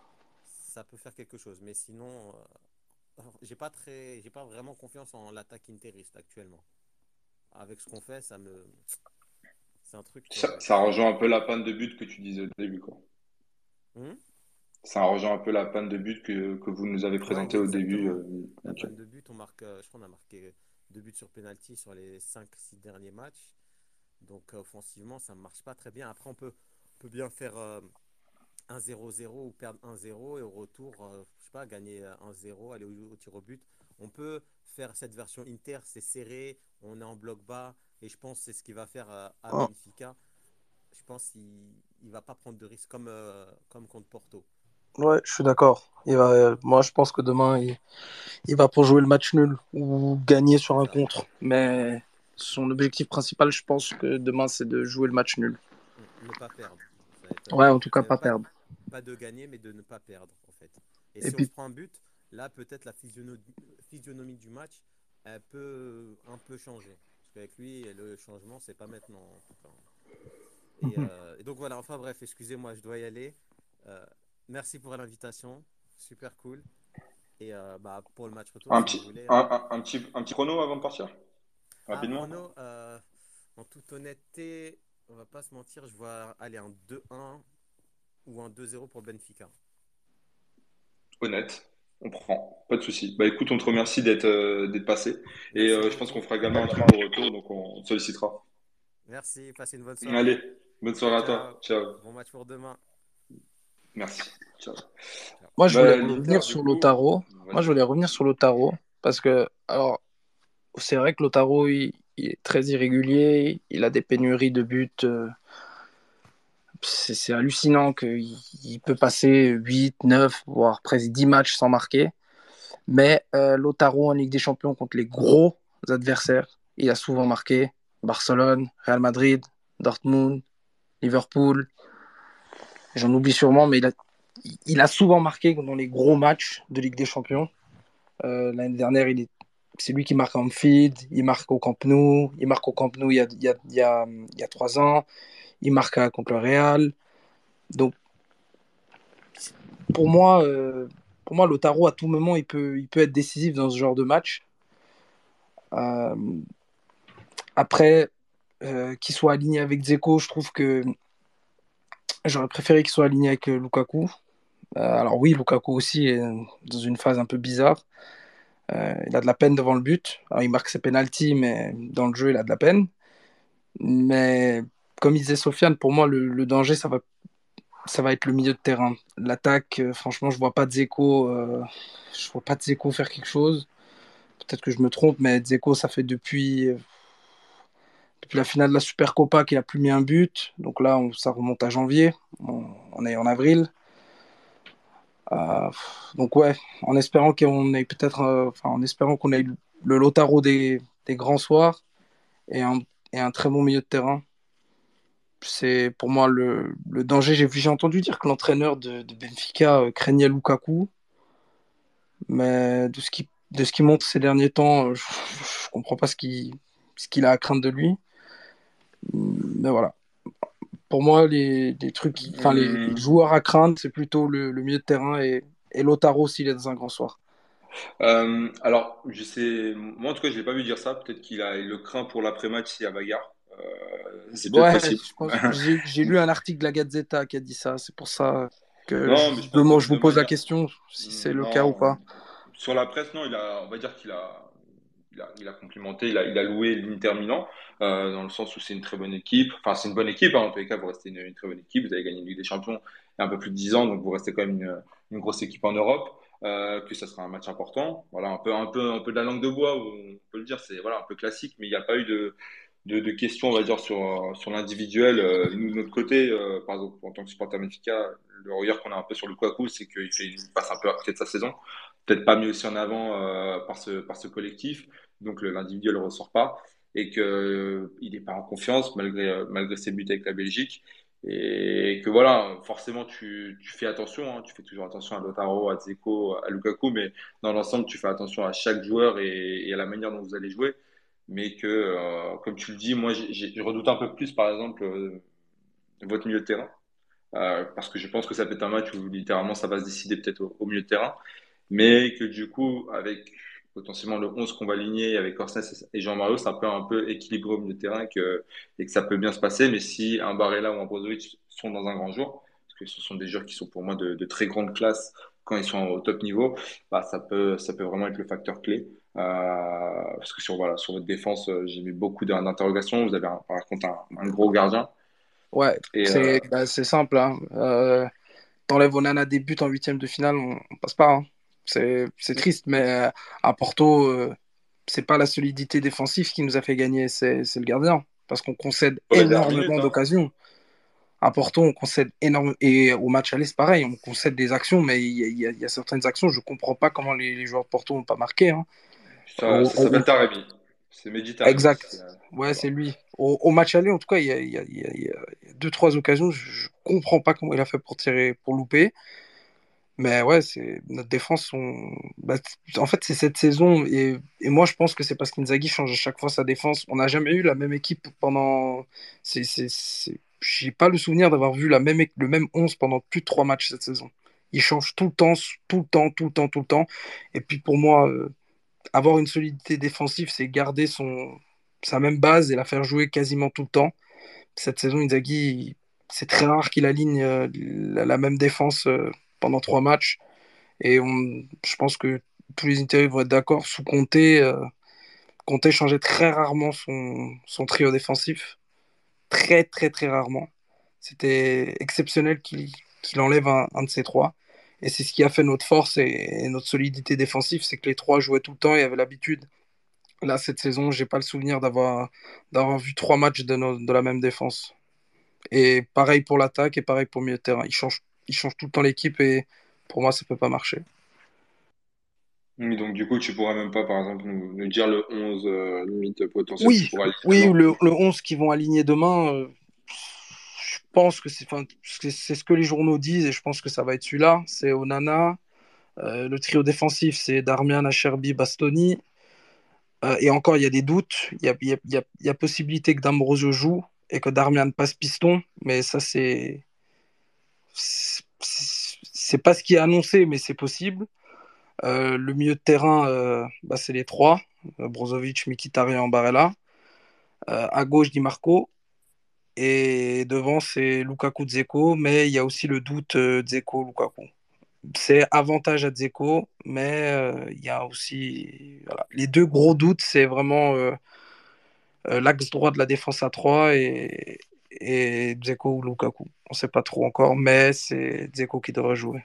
ça peut faire quelque chose. Mais sinon, euh, j'ai pas très, j'ai pas vraiment confiance en l'attaque interiste actuellement. Avec ce qu'on fait, ça me, c'est un truc. Ça, euh, ça rejoint un peu la panne de but que tu disais au début, quoi. hmm. Ça rejoint un peu la panne de but que, que vous nous avez Ouais, présentée au début. exactement. euh, La ok. panne de but, on marque, euh, je crois qu'on a marqué deux buts sur penalty sur les cinq six derniers matchs. Donc euh, offensivement, ça ne marche pas très bien. Après, on peut, on peut bien faire euh, un zéro zéro ou perdre un zéro et au retour, euh, je sais pas, gagner euh, un zéro, aller au, au tir au but. On peut faire cette version Inter, c'est serré, on est en bloc bas et je pense que c'est ce qu'il va faire euh, à Oh, Benfica. Je pense qu'il ne va pas prendre de risques comme, euh, comme contre Porto. ouais, je suis d'accord. Il va, euh, moi, je pense que demain, il, il va pour jouer le match nul ou gagner sur C'est un ça. contre. Mais son objectif principal, je pense que demain, c'est de jouer le match nul. Mm. Ne pas perdre. Ça va être, Ouais, euh, en tout cas, c'est même pas pas, perdre. pas de gagner, mais de ne pas perdre, en fait. Et Et si on puis, se prend un but, là, peut-être la physiono- physionomie du match, elle peut un peu changer. Parce qu'avec lui, le changement, c'est pas maintenant, en tout cas. Et, euh, et donc voilà, enfin bref, excusez-moi, je dois y aller. Euh, merci pour l'invitation, super cool. Et euh, bah, pour le match retour, Un si vous petit, voulez, un, hein. un- un petit, un petit chrono avant de partir, Ah, rapidement. prono, euh, en toute honnêteté, on va pas se mentir, je vois aller un deux un ou un deux zéro pour Benfica. Honnête, on prend, pas de souci. Bah écoute, on te remercie d'être euh, d'être passé. Et Merci euh, je pense qu'on beaucoup. fera également un truc au retour, donc on te sollicitera. Merci, passez une bonne Allez, soirée. bonne Ciao, soirée à ciao. toi. Ciao. Bon match pour demain. Merci. Ciao. Ciao. moi, je voulais Bah, l'Inter, revenir du sur coup, Lautaro. Moi, je vas-y. voulais revenir sur Lautaro. Parce que, alors, c'est vrai que Lautaro, il, il est très irrégulier. Il a des pénuries de buts. euh, c'est, c'est hallucinant qu'il il peut passer huit, neuf, voire presque dix matchs sans marquer. Mais euh, Lautaro en Ligue des Champions contre les gros adversaires, il a souvent marqué. Barcelone, Real Madrid, Dortmund, Liverpool. J'en oublie sûrement, mais il a, il a souvent marqué dans les gros matchs de Ligue des Champions. Euh, l'année dernière, il est, c'est lui qui marque en Anfield, il marque au Camp Nou, il marque au Camp Nou il y a, il y a, il y a, il y a trois ans, il marque contre le Real. Donc, pour moi, euh, pour moi, Lautaro, à tout moment, il peut, il peut être décisif dans ce genre de match. Euh, Après, euh, qu'il soit aligné avec Dzeko, je trouve que j'aurais préféré qu'il soit aligné avec euh, Lukaku. Euh, alors oui, Lukaku aussi est dans une phase un peu bizarre. Euh, il a de la peine devant le but. Alors, il marque ses pénaltys, mais dans le jeu, il a de la peine. Mais comme disait Sofiane, pour moi, le, le danger, ça va, ça va être le milieu de terrain. L'attaque, euh, franchement, je vois pas Dzeko, euh, je vois pas Dzeko faire quelque chose. Peut-être que je me trompe, mais Dzeko, ça fait depuis, euh, depuis la finale de la Supercopa qu'il a plus mis un but. Donc là, on- ça remonte à janvier. On, on est en avril. Euh, donc ouais, en espérant qu'on ait peut-être, euh, enfin en espérant qu'on ait le Lautaro des, des grands soirs et un, et un très bon milieu de terrain. C'est pour moi le, le danger. J'ai vu, j'ai entendu dire que l'entraîneur de, de Benfica euh, craignait Lukaku, mais de ce qui de ce qu'il montre ces derniers temps, euh, je, je comprends pas ce qu'il ce qu'il a à craindre de lui. Mais voilà. Pour moi, les, les trucs, enfin les, les Hum, joueurs à craindre, c'est plutôt le, le milieu de terrain et, et Lautaro s'il est dans un grand soir. euh, alors, je sais, moi en tout cas, je l'ai pas vu dire ça. Peut-être qu'il a il le craint pour l'après-match s'il y a bagarre. Euh, c'est peut-être Ouais, possible. je pense, j'ai, j'ai lu un article de la Gazzetta qui a dit ça. C'est pour ça que je, Non, mais je pense que je de vous pose la manière, question si c'est le cas ou non, pas. sur la presse, non, il a, on va dire qu'il a, il a, il a complimenté, il a, il a loué l'Inter Milan, euh, dans le sens où c'est une très bonne équipe. Enfin, c'est une bonne équipe, hein, en tous les cas, vous restez une, une très bonne équipe. Vous avez gagné une Ligue des Champions il y a un peu plus de dix ans, donc vous restez quand même une, une grosse équipe en Europe. Euh, que ça sera un match important. Voilà, un peu, un peu, un peu de la langue de bois, on peut le dire, c'est voilà, un peu classique, mais il n'y a pas eu de, de, de questions, on va dire, sur, euh, sur l'individuel. Euh, nous, de notre côté, euh, par exemple, en tant que supporter Benfica, le regard qu'on a un peu sur Lukaku, c'est qu'il fait, il passe un peu à côté de sa saison. Peut-être pas mis aussi en avant euh, par, ce, par ce collectif, donc le- l'individuel ne ressort pas, et qu'il euh, n'est pas en confiance malgré, euh, malgré ses buts avec la Belgique. Et que voilà, forcément, tu, tu fais attention, hein, tu fais toujours attention à Lautaro, à Dzeko, à Lukaku, mais dans l'ensemble, tu fais attention à chaque joueur et, et à la manière dont vous allez jouer. Mais que, euh, comme tu le dis, moi, j'ai- j'ai- je redoute un peu plus, par exemple, euh, votre milieu de terrain. Euh, parce que je pense que ça peut être un match où littéralement ça va se décider peut-être au, au milieu de terrain. Mais que du coup, avec potentiellement le onze qu'on va aligner avec Orsnes et Jean-Mario, ça peut un peu équilibrer au milieu de terrain et que, et que ça peut bien se passer. Mais si un Barella ou un Brozovic sont dans un grand jour, parce que ce sont des joueurs qui sont pour moi de, de très grande classe quand ils sont au top niveau, bah, ça peut, ça peut vraiment être le facteur clé. Euh, parce que sur, voilà, sur votre défense, euh, j'ai mis beaucoup d'interrogations. Vous avez un- par contre un, un gros gardien. Ouais, Et euh, c'est bah, c'est simple. Hein. Euh, T'enlèves Onana des buts en huitième de finale, on, on passe pas. Hein. C'est c'est triste, mais euh, à Porto, euh, c'est pas la solidité défensive qui nous a fait gagner, c'est c'est le gardien. Parce qu'on concède ouais, dernière minute, énormément hein. d'occasions. À Porto, on concède énormément. Et au match aller, c'est pareil, on concède des actions, mais il y, a- il y a il y a certaines actions, je comprends pas comment les, les joueurs de Porto n'ont pas marqué. Hein. Ça, Au- ça au- s'appelle Taremi. C'est Mehdi Taremi. C'est, exact. euh, Ouais, voilà. c'est lui. Au, au match aller, en tout cas, il y a, il y a- il y a- il y a deux, trois occasions, je, je comprends pas comment il a fait pour tirer, pour louper. Mais ouais, c'est notre défense. On... bah, t- en fait, c'est cette saison. Et, et moi, je pense que c'est parce qu'Inzaghi change à chaque fois sa défense. On n'a jamais eu la même équipe pendant. C'est, c'est, c'est... J'ai pas le souvenir d'avoir vu la même, é- le même onze pendant plus de trois matchs cette saison. Il change tout le temps, tout le temps, tout le temps, tout le temps. Et puis pour moi, euh, avoir une solidité défensive, c'est garder son, sa même base et la faire jouer quasiment tout le temps. Cette saison, Inzaghi, c'est très rare qu'il aligne euh, la, la même défense euh, pendant trois matchs. Et on, je pense que tous les Intérieurs vont être d'accord. Sous Conte, euh, Conte changeait très rarement son, son trio défensif. Très, très, très rarement. C'était exceptionnel qu'il qu'il enlève un, un de ces trois. Et c'est ce qui a fait notre force et, et notre solidité défensive, c'est que les trois jouaient tout le temps et avaient l'habitude. Là, cette saison, j'ai pas le souvenir d'avoir d'avoir vu trois matchs de, nos- de la même défense. Et pareil pour l'attaque et pareil pour le milieu de terrain. Ils changent, ils changent tout le temps l'équipe et pour moi, ça peut pas marcher. Oui, donc du coup, tu pourrais même pas, par exemple, nous, nous dire le onze euh, limite potentiel Oui, pour aller oui, demain. le, le onze qu'ils vont aligner demain, euh, je pense que c'est enfin, c'est c'est ce que les journaux disent et je pense que ça va être celui-là. C'est Onana. Euh, le trio défensif, c'est Darmian, Acherbi, Bastoni. Euh, et encore, il y a des doutes. Il y a, il y a, il y a, il y a possibilité que D'Ambrosio joue et que Darmian passe piston. Mais ça, c'est c'est c'est pas ce qui est annoncé, mais c'est possible. Euh, le milieu de terrain, euh, bah, c'est les trois. Euh, Brozovic, Mkhitaryan, Barella. Euh, à gauche, Di Marco. Et devant, c'est Lukaku Dzeko, mais il y a aussi le doute euh, Dzeko-Lukaku. C'est avantage à Dzeko, mais euh, il y a aussi. Voilà. Les deux gros doutes, c'est vraiment euh, euh, l'axe droit de la défense à trois et, et Dzeko ou Lukaku. On ne sait pas trop encore, mais c'est Dzeko qui devrait jouer.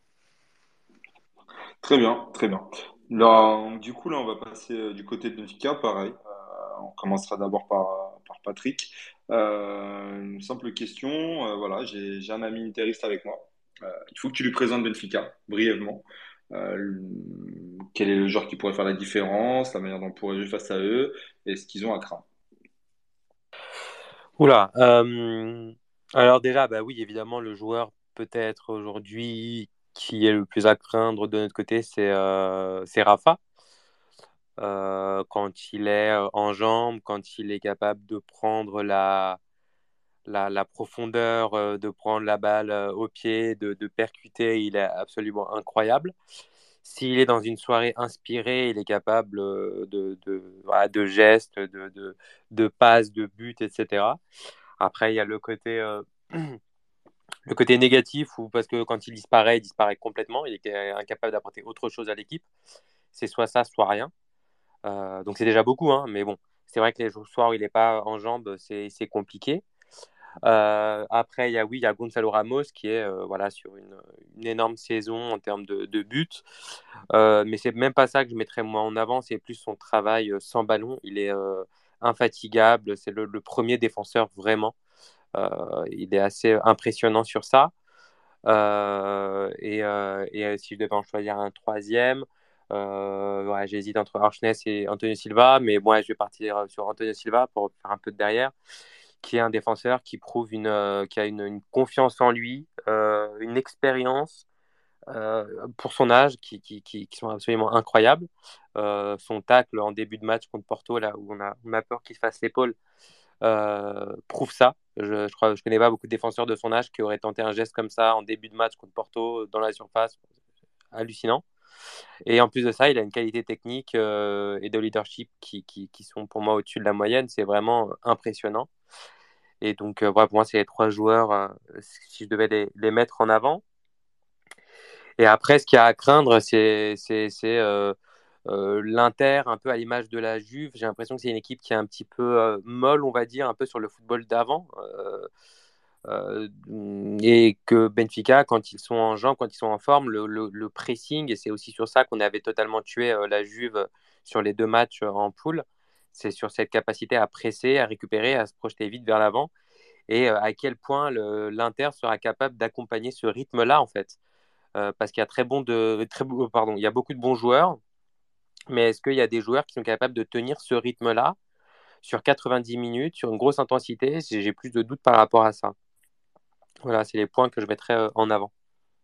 Très bien, très bien. Là, du coup, là, on va passer euh, du côté de Benfica, pareil. Euh, on commencera d'abord par, par Patrick. Euh, une simple question. Euh, voilà, j'ai, j'ai un ami interiste avec moi. Il faut que tu lui présentes Benfica, brièvement. Euh, quel est le joueur qui pourrait faire la différence, la manière dont on pourrait jouer face à eux, et ce qu'ils ont à craindre. Oula. Euh, alors déjà, bah oui, évidemment, le joueur peut-être aujourd'hui qui est le plus à craindre de notre côté, c'est euh, c'est Rafa. Euh, quand il est euh, en jambes, quand il est capable de prendre la, la, la profondeur, euh, de prendre la balle euh, au pied, de, de percuter, il est absolument incroyable. S'il est dans une soirée inspirée, il est capable euh, de, de, voilà, de gestes, de, de, de passes, de buts, et cetera. Après, il y a le côté, euh, le côté négatif où parce que quand il disparaît, il disparaît complètement. Il est incapable d'apporter autre chose à l'équipe. C'est soit ça, soit rien. Euh, donc c'est déjà beaucoup, hein, mais bon, c'est vrai que les soirs où il n'est pas en jambes, c'est, c'est compliqué. Euh, après, il y a oui, il y a Gonzalo Ramos qui est euh, voilà sur une, une énorme saison en termes de, de buts. Euh, mais c'est même pas ça que je mettrais moi en avant, c'est plus son travail euh, sans ballon. Il est euh, infatigable, c'est le, le premier défenseur vraiment. Euh, il est assez impressionnant sur ça. Euh, et, euh, et euh, si je devais en choisir un troisième, euh, ouais, j'hésite entre Archness et Antonio Silva, mais moi je vais partir sur Antonio Silva pour faire un peu de derrière, qui est un défenseur qui prouve une, euh, qui a une, une confiance en lui, euh, une expérience euh, pour son âge qui, qui, qui, qui sont absolument incroyables. Euh, son tacle en début de match contre Porto, là où on a, on a peur qu'il se fasse l'épaule, euh, prouve ça. Je, je crois, je connais pas beaucoup de défenseurs de son âge qui auraient tenté un geste comme ça en début de match contre Porto dans la surface. Hallucinant. Et en plus de ça, il a une qualité technique euh, et de leadership qui, qui, qui sont pour moi au-dessus de la moyenne. C'est vraiment impressionnant. Et donc, euh, voilà, pour moi, c'est les trois joueurs, euh, si je devais les, les mettre en avant. Et après, ce qu'il y a à craindre, c'est, c'est, c'est euh, euh, l'Inter, un peu à l'image de la Juve. J'ai l'impression que c'est une équipe qui est un petit peu euh, molle, on va dire, un peu sur le football d'avant. Euh, euh, et que Benfica, quand ils sont en jambes, quand ils sont en forme, le, le, le pressing, et c'est aussi sur ça qu'on avait totalement tué euh, la Juve sur les deux matchs euh, en poule, c'est sur cette capacité à presser, à récupérer, à se projeter vite vers l'avant, et euh, à quel point le, l'Inter sera capable d'accompagner ce rythme-là, en fait. Euh, parce qu'il y a très bon de, très, pardon, il y a beaucoup de bons joueurs, mais est-ce qu'il y a des joueurs qui sont capables de tenir ce rythme-là sur quatre-vingt-dix minutes, sur une grosse intensité? J'ai, j'ai plus de doutes par rapport à ça. Voilà, c'est les points que je mettrais euh, en avant.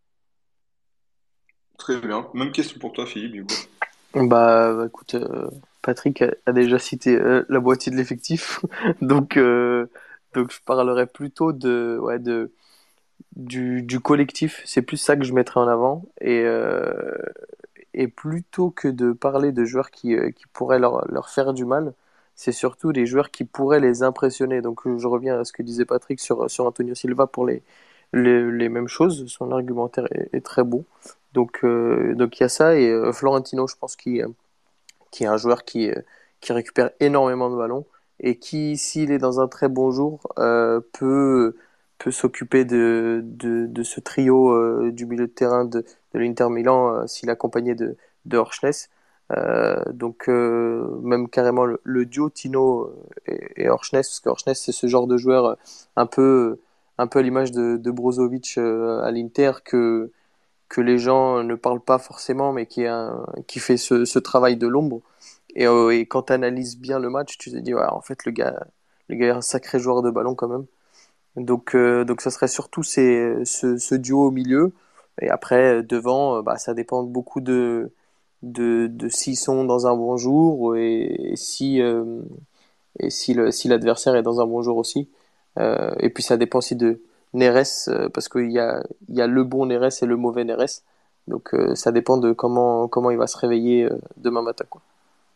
Très bien. Même question pour toi, Philippe, du coup. Bah, bah, écoute, euh, Patrick a, a déjà cité euh, la moitié de l'effectif, donc euh, donc je parlerai plutôt de ouais de du, du collectif. C'est plus ça que je mettrais en avant et euh, et plutôt que de parler de joueurs qui euh, qui pourraient leur leur faire du mal, c'est surtout des joueurs qui pourraient les impressionner. Donc euh, je reviens à ce que disait Patrick sur sur Antonio Silva pour les les, les mêmes choses. Son argumentaire est, est très bon. Donc euh, donc il y a ça et euh, Florentino, je pense qu'il qui est un joueur qui, euh, qui récupère énormément de ballons et qui, s'il est dans un très bon jour, euh, peut, peut s'occuper de, de, de ce trio euh, du milieu de terrain de, de l'Inter Milan euh, s'il est accompagné de, de Horchness. Euh, donc euh, même carrément le, le duo Tino et, et Horchness, parce que Horchness c'est ce genre de joueur euh, un peu, un peu à l'image de, de Brozovic euh, à l'Inter que que les gens ne parlent pas forcément, mais qui, est un, qui fait ce, ce travail de l'ombre. Et, euh, et quand tu analyses bien le match, tu te dis, ouais, en fait, le gars, le gars est un sacré joueur de ballon quand même. Donc, euh, donc ça serait surtout ces, ce, ce duo au milieu. Et après, devant, euh, bah, ça dépend beaucoup de, de, de s'ils sont dans un bon jour et, et si, euh, et si, le, si l'adversaire est dans un bon jour aussi. Euh, et puis ça dépend aussi de Neres, euh, parce qu'il y a, il y a le bon Neres et le mauvais Neres. Donc euh, ça dépend de comment, comment il va se réveiller euh, demain matin, quoi.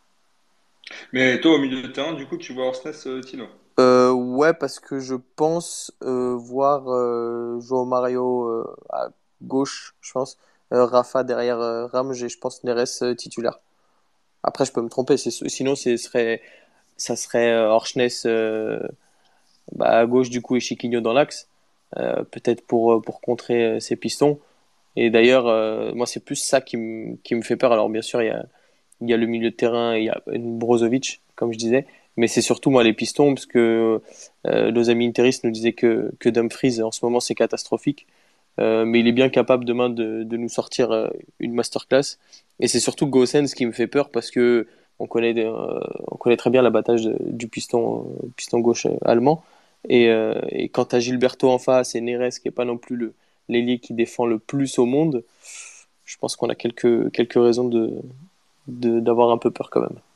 Mais toi, au milieu de terrain, du coup, tu vois Orsnes, euh, Tino. Euh, ouais, parce que je pense euh, voir euh, João Mario euh, à gauche, je pense. Euh, Rafa derrière euh, Ramj et je pense Neres euh, titulaire. Après, je peux me tromper. C'est, sinon, c'est, serait, ça serait euh, Orchness euh, bah, à gauche du coup et Chiquinho dans l'axe. Euh, peut-être pour, euh, pour contrer euh, ces pistons. Et d'ailleurs, euh, moi, c'est plus ça qui me qui me fait peur. Alors, bien sûr, il y a, il y a le milieu de terrain, il y a Brozovic, comme je disais. Mais c'est surtout, moi, les pistons, parce que euh, nos amis interistes nous disaient que, que Dumfries, en ce moment, c'est catastrophique. Euh, mais il est bien capable demain de, de nous sortir euh, une masterclass. Et c'est surtout Gosens qui me fait peur parce que on connaît, euh, on connaît très bien l'abattage de- du piston, euh, piston gauche euh, allemand. Et, euh, et quand t'as Gilberto en face et Neres qui est pas non plus le, l'ailier qui défend le plus au monde, je pense qu'on a quelques, quelques raisons de, de, d'avoir un peu peur quand même.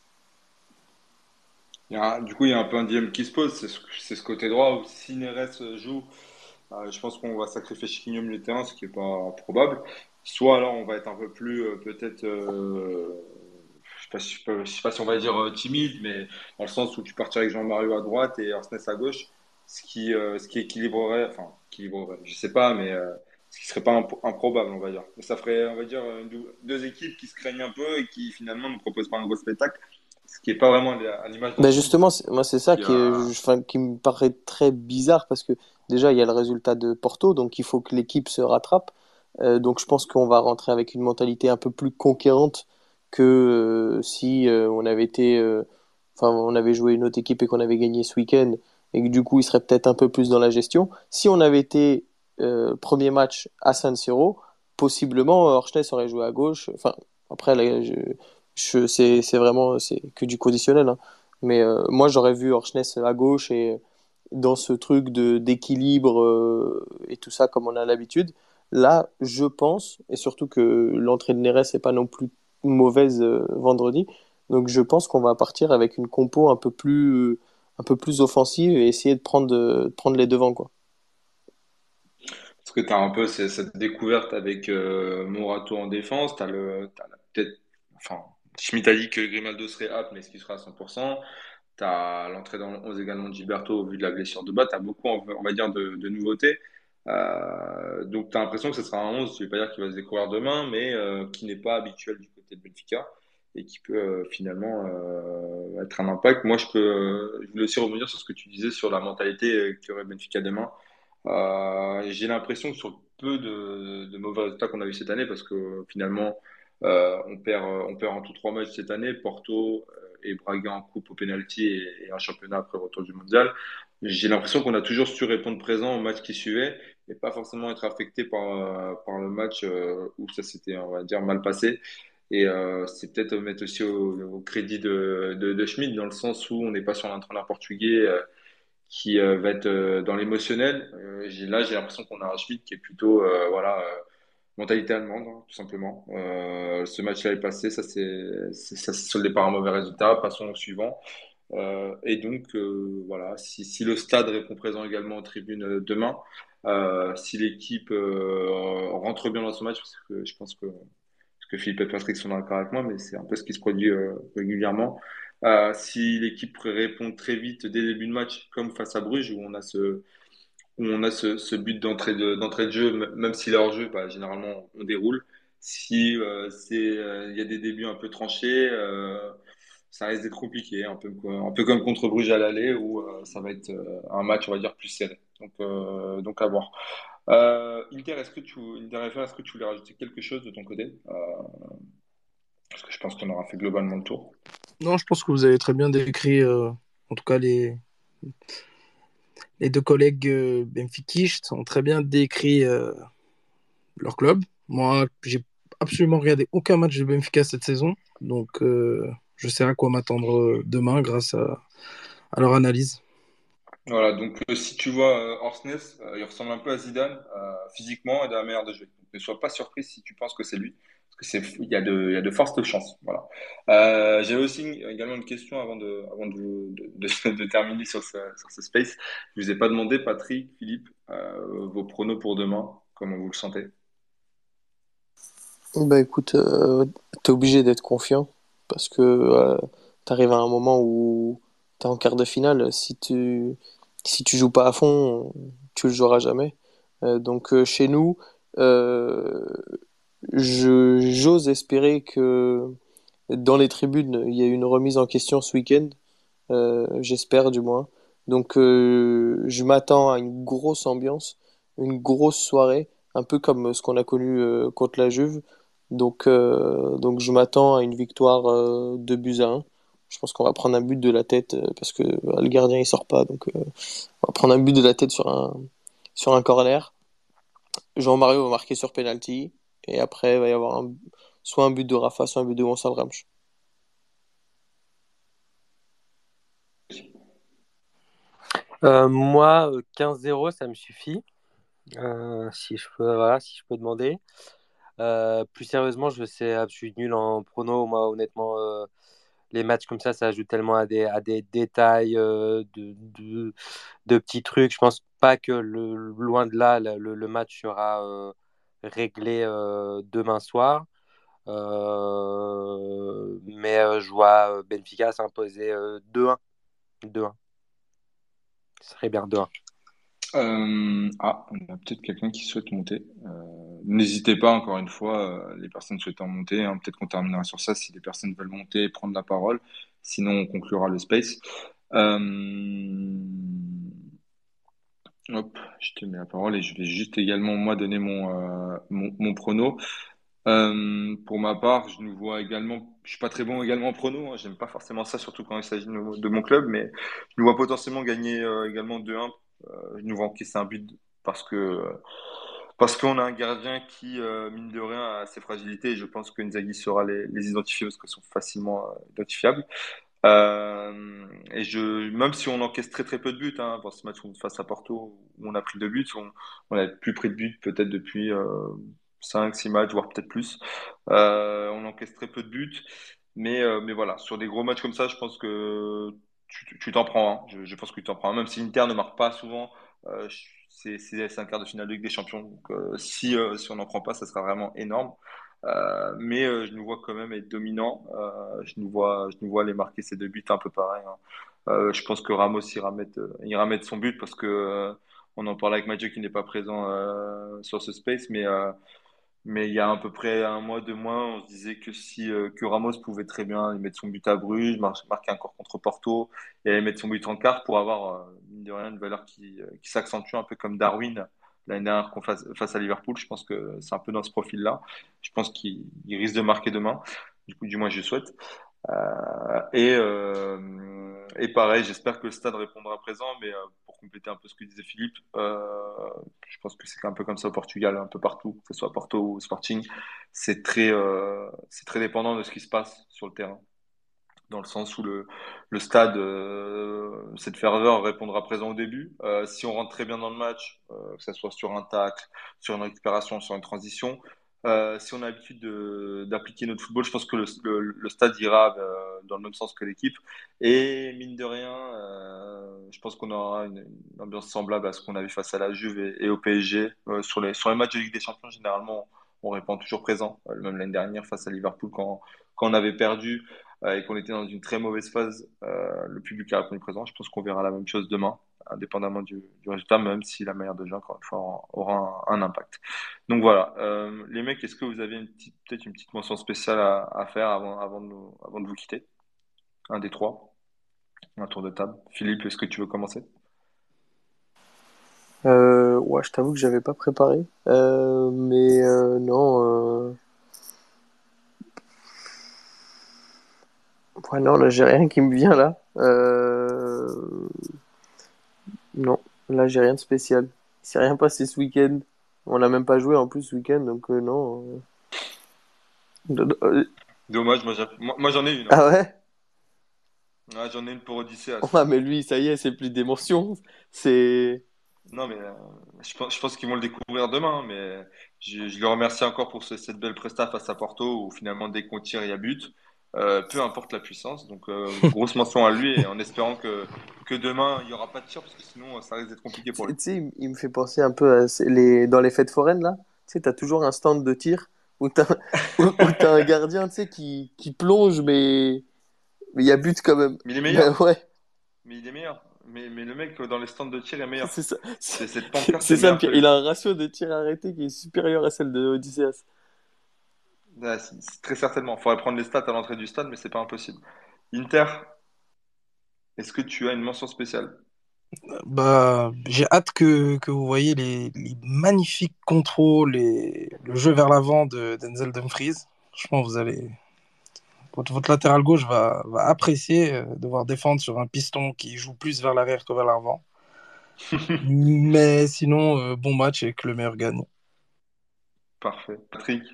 Il y a un- du coup, il y a un peu un dilemme qui se pose, c'est ce, c'est ce côté droit où si Neres euh, joue, euh, je pense qu'on va sacrifier Chiquinho au milieu de terrain, ce qui est pas probable. Soit alors on va être un peu plus euh, peut-être, euh, je sais pas, si je peux- je sais pas si on va dire euh, timide, mais dans le sens où tu partirais avec Jean-Mario à droite et Arsène à gauche, ce qui, euh, ce qui équilibrerait, enfin, équilibrerait, je sais pas, mais euh, ce qui serait pas imp- improbable, on va dire. Et ça ferait, on va dire, une dou- deux équipes qui se craignent un peu et qui finalement ne proposent pas un gros spectacle, ce qui est pas vraiment à à l'image Ben d'Anthony, justement, c'est- moi c'est ça qui qui, est- a. je- enfin, qui me paraît très bizarre parce que déjà il y a le résultat de Porto, donc il faut que l'équipe se rattrape. Euh, donc je pense qu'on va rentrer avec une mentalité un peu plus conquérante que euh, si euh, on avait été, euh, enfin on avait joué une autre équipe et qu'on avait gagné ce week-end et que du coup il serait peut-être un peu plus dans la gestion. Si on avait été euh, premier match à San Siro, possiblement Orchenes aurait joué à gauche. Enfin après là, je, je, c'est, c'est vraiment c'est que du conditionnel, hein. Mais euh, moi, j'aurais vu Orchenes à gauche et dans ce truc de d'équilibre euh, et tout ça comme on a l'habitude. Là, je pense, et surtout que l'entrée de Neres n'est pas non plus mauvaise euh, vendredi, donc je pense qu'on va partir avec une compo un peu plus un peu plus offensive et essayer de prendre de, de prendre les devants quoi. Parce que tu as un peu ces- cette découverte avec euh, Morato en défense, tu as le, t'as la- peut-être, enfin, Schmitt a dit que Grimaldo serait apte, mais est-ce qu'il sera à cent pour cent? Tu as l'entrée dans le onze également de Gilberto au vu de la blessure de bas, tu as beaucoup, on va on va dire, de, de nouveautés. Euh, donc tu as l'impression que ce sera un onze, je ne vais pas dire qu'il va se découvrir demain, mais euh, qui n'est pas habituel du côté de Benfica et qui peut euh, finalement euh, être un impact. Moi, je peux, euh, je voulais aussi revenir sur ce que tu disais sur la mentalité euh, qu'aurait Benfica demain. Euh, j'ai l'impression que sur le peu de, de mauvais résultats qu'on a eu cette année, parce que finalement, euh, on perd, euh, on perd en tout trois matchs cette année, Porto euh, et Braga en coupe au penalty et, et un championnat après le retour du mondial. J'ai l'impression qu'on a toujours su répondre présent au match qui suivait et pas forcément être affecté par, euh, par le match euh, où ça s'était, on va dire, mal passé. Et euh, c'est peut-être mettre aussi au, au crédit de, de, de Schmidt dans le sens où on n'est pas sur l'entraîneur portugais. Euh, qui euh, va être euh, dans l'émotionnel. Euh, j'ai, là, j'ai l'impression qu'on a un Schmidt qui est plutôt euh, voilà, euh, mentalité allemande, hein, tout simplement. Euh, ce match-là est passé, ça c'est, c'est- ça s'est soldé par un mauvais résultat. Passons au suivant. Euh, et donc, euh, voilà, si, si le stade répond présent également aux tribunes euh, demain, euh, si l'équipe euh, rentre bien dans ce match, parce que je pense que parce que Philippe et Patrick sont d'accord avec moi, mais c'est un peu ce qui se produit euh, régulièrement. Euh, si l'équipe répond très vite dès le début de match, comme face à Bruges, où on a ce, où on a ce, ce but d'entrée de, d'entrée de jeu, m- même s'il est hors jeu, bah, généralement on déroule. Si euh, c'est, euh, il y a des débuts un peu tranchés, euh, ça risque d'être compliqué, un peu, quoi. Un peu comme contre Bruges à l'aller, où euh, ça va être euh, un match, on va dire, plus serré. Donc, euh, donc à voir. Euh, Inter, est-ce que tu, Inter F un, est-ce que tu voulais rajouter quelque chose de ton côté? Euh, parce que je pense qu'on aura fait globalement le tour. Non, je pense que vous avez très bien décrit, euh, en tout cas les, les deux collègues euh, benfiquistes ont très bien décrit euh, leur club. Moi, j'ai absolument regardé aucun match de Benfica cette saison, donc euh, je sais à quoi m'attendre euh, demain grâce à, à leur analyse. Voilà, donc euh, si tu vois euh, Orsnes, euh, il ressemble un peu à Zidane euh, physiquement et de la manière de jouer. Donc, ne sois pas surpris si tu penses que c'est lui, parce que c'est, il y a de, il y a de fortes chances. Voilà. Euh, j'avais aussi une- également une question avant de, avant de, de, de- de terminer sur ce, sur ce space. Je vous ai pas demandé, Patrick, Philippe, euh, vos pronos pour demain, comment vous le sentez? Bah écoute, euh, t'es obligé d'être confiant parce que euh, t'arrives à un moment où t'es en quart de finale. Si tu si tu joues pas à fond, tu le joueras jamais. Euh, donc euh, chez nous, euh, je j'ose espérer que dans les tribunes il y a une remise en question ce week-end. Euh, j'espère du moins. Donc euh, je m'attends à une grosse ambiance, une grosse soirée, un peu comme ce qu'on a connu euh, contre la Juve. Donc, euh, donc je m'attends à une victoire euh, deux buts à un. Je pense qu'on va prendre un but de la tête euh, parce que euh, le gardien il sort pas. Donc euh, on va prendre un but de la tête sur un, sur un corner. Jean-Mario va marquer sur penalty. Et après, il va y avoir un- soit un but de Rafa, soit un but de Gonçalo Ramos. Euh, moi, euh, quinze zéro, ça me suffit. Euh, si je peux, voilà, si je peux demander. Euh, plus sérieusement, je sais, je suis nul en prono. Moi, honnêtement, euh, les matchs comme ça, ça ajoute tellement à des, à des détails, euh, de, de, de petits trucs. Je pense pas que le, loin de là, le, le match sera euh, réglé euh, demain soir. Euh, mais euh, je vois euh, Benfica s'imposer euh, deux un. deux un. Ce serait bien deux un. Euh, ah, on a peut-être quelqu'un qui souhaite monter. Euh, n'hésitez pas, encore une fois, euh, les personnes souhaitant monter, hein, peut-être qu'on terminera sur ça si les personnes veulent monter et prendre la parole. Sinon, on conclura le space. Euh, hop, je te mets la parole et je vais juste également, moi, donner mon, euh, mon, mon prono. Euh, pour ma part, je nous vois également, je suis pas très bon également en prono, hein, j'aime pas forcément ça, surtout quand il s'agit de, de mon club, mais je nous vois potentiellement gagner euh, également deux un. Euh, je nous vois encaisser un but parce que parce qu'on a un gardien qui, euh, mine de rien, a ses fragilités et je pense que Inzaghi saura les, les identifier parce qu'elles sont facilement euh, identifiables. Euh, et je, même si on encaisse très très peu de buts, hein, dans ce match face à Porto où on a pris deux buts, on, on a plus pris de buts peut-être depuis euh, cinq six matchs, voire peut-être plus. Euh, on encaisse très peu de buts, mais, euh, mais voilà, sur des gros matchs comme ça, je pense que tu tu t'en prends un. Je, je pense que tu t'en prends un, même si l'Inter ne marque pas souvent. Euh, c'est c'est c'est un quart de finale de Ligue des Champions, donc euh, si euh, si on n'en prend pas, ça sera vraiment énorme. Euh, mais euh, je nous vois quand même être dominant. Euh, je nous vois, je nous vois aller marquer ces deux buts un peu pareil, hein. Euh, je pense que Ramos ira mettre, euh, ira mettre son but parce que euh, on en parlait avec Mathieu qui n'est pas présent euh, sur ce space, mais euh, mais il y a à peu près un mois, deux mois, on se disait que si euh, que Ramos pouvait très bien y mettre son but à Bruges, mar- marquer encore contre Porto et aller mettre son but en quart pour avoir euh, mine de rien une valeur qui, euh, qui s'accentue un peu comme Darwin l'année dernière qu'on face, face à Liverpool. Je pense que c'est un peu dans ce profil-là. Je pense qu'il il risque de marquer demain. Du coup, du moins, je souhaite. Euh, et, euh, et pareil, j'espère que le stade répondra présent, mais euh, pour compléter un peu ce que disait Philippe, euh, je pense que c'est un peu comme ça au Portugal, un peu partout, que ce soit Porto ou Sporting, c'est très, euh, c'est très dépendant de ce qui se passe sur le terrain, dans le sens où le, le stade, euh, cette ferveur répondra présent au début. Euh, si on rentre très bien dans le match, euh, que ce soit sur un tacle, sur une récupération, sur une transition, euh, si on a l'habitude de- d'appliquer notre football, je pense que le, le- le stade ira euh, dans le même sens que l'équipe. Et mine de rien, euh, je pense qu'on aura une, une ambiance semblable à ce qu'on avait face à la Juve et, et au P S G. Euh, sur les, sur les matchs de Ligue des Champions, généralement, on répond toujours présent. Euh, même l'année dernière face à Liverpool, quand, quand on avait perdu euh, et qu'on était dans une très mauvaise phase, euh, le public a répondu présent. Je pense qu'on verra la même chose demain, indépendamment du, du résultat, même si la manière de jeu, encore une fois, aura un, un impact. Donc voilà, euh, les mecs, est-ce que vous avez une petite, peut-être une petite mention spéciale à, à faire avant, avant de nous- avant de vous quitter? Un des trois, un tour de table. Philippe, est-ce que tu veux commencer? Euh, ouais, je t'avoue que j'avais pas préparé. Euh, mais euh, non, euh... ouais, non, là, j'ai rien qui me vient là. Euh... Non, là, j'ai rien de spécial. Il s'est rien passé ce week-end. On n'a même pas joué en plus ce week-end, donc euh, non. euh. Euh, Dommage, moi, j'ai- moi, moi, j'en ai une, hein. Ah ouais? Ouais, j'en ai une pour Odysseas. Ouais, mais lui, ça y est, c'est plus d'émotion. C'est. Non, mais euh, je pense, je pense qu'ils vont le découvrir demain, hein, mais je, je le remercie encore pour ce- cette belle presta face à Porto où finalement dès qu'on tire, il y a but. Euh, peu importe la puissance. Donc, euh, grosse mention à lui et en espérant que, que demain, il n'y aura pas de tir parce que sinon, ça risque d'être compliqué Tu pour lui. tu sais, il il me fait penser un peu à ces- les... dans les fêtes foraines, là. Tu sais, t'as toujours un stand de tir où t'as où, où t'as un gardien, tu sais, qui... qui plonge, mais mais il y a but quand même. Mais il est Ben meilleur. ouais, Mais il est meilleur. Mais, mais le mec, dans les stands de tir, est meilleur. c'est ça. C'est, cette C'est pancarte c'est est ça le meilleure pire. que Il lui. a un ratio de tir arrêté qui est supérieur à celle de Odysseas. Ouais, c'est- c'est très certainement. Il faudrait prendre les stats à l'entrée du stade, mais c'est pas impossible. Inter, est-ce que tu as une mention spéciale? Bah, j'ai hâte que, que vous voyez les, les magnifiques contrôles et le jeu vers l'avant de Denzel Dumfries. Franchement, vous allez, votre, votre latéral gauche va, va apprécier euh, devoir défendre sur un piston qui joue plus vers l'arrière que vers l'avant. Mais sinon, euh, bon match et que le meilleur gagne. Parfait. Patrick?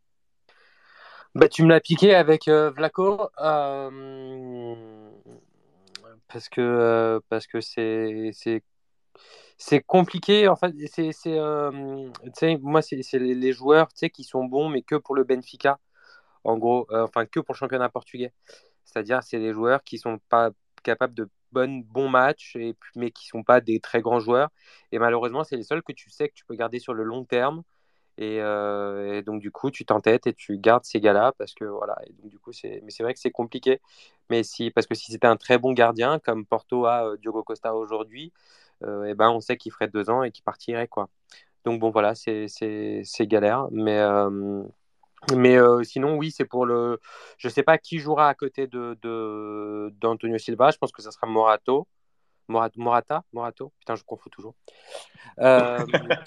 Bah, tu me l'as piqué avec euh, Vlaco euh, parce que euh, parce que c'est c'est c'est compliqué en fait. C'est c'est euh, tu sais, moi c'est c'est les, les joueurs tu sais qui sont bons mais que pour le Benfica en gros, euh, enfin que pour le championnat portugais. C'est-à-dire c'est des joueurs qui sont pas capables de bonnes bons matchs et puis- mais qui sont pas des très grands joueurs. Et malheureusement c'est les seuls que tu sais que tu peux garder sur le long terme. Et, euh, et donc, du coup, tu t'entêtes et tu gardes ces gars-là parce que voilà. Et donc, du coup, c'est, mais c'est vrai que c'est compliqué. Mais si, parce que si c'était un très bon gardien, comme Porto a euh, Diogo Costa aujourd'hui, euh, et ben, on sait qu'il ferait deux ans et qu'il partirait, quoi. Donc, bon, voilà, c'est, c'est, c'est galère. Mais, euh, mais euh, sinon, oui, c'est pour le. Je sais pas qui jouera à côté de, de, d'Antonio Silva. Je pense que ça sera Morato. Morat- Morata, Morato. Putain, je confonds toujours. Euh,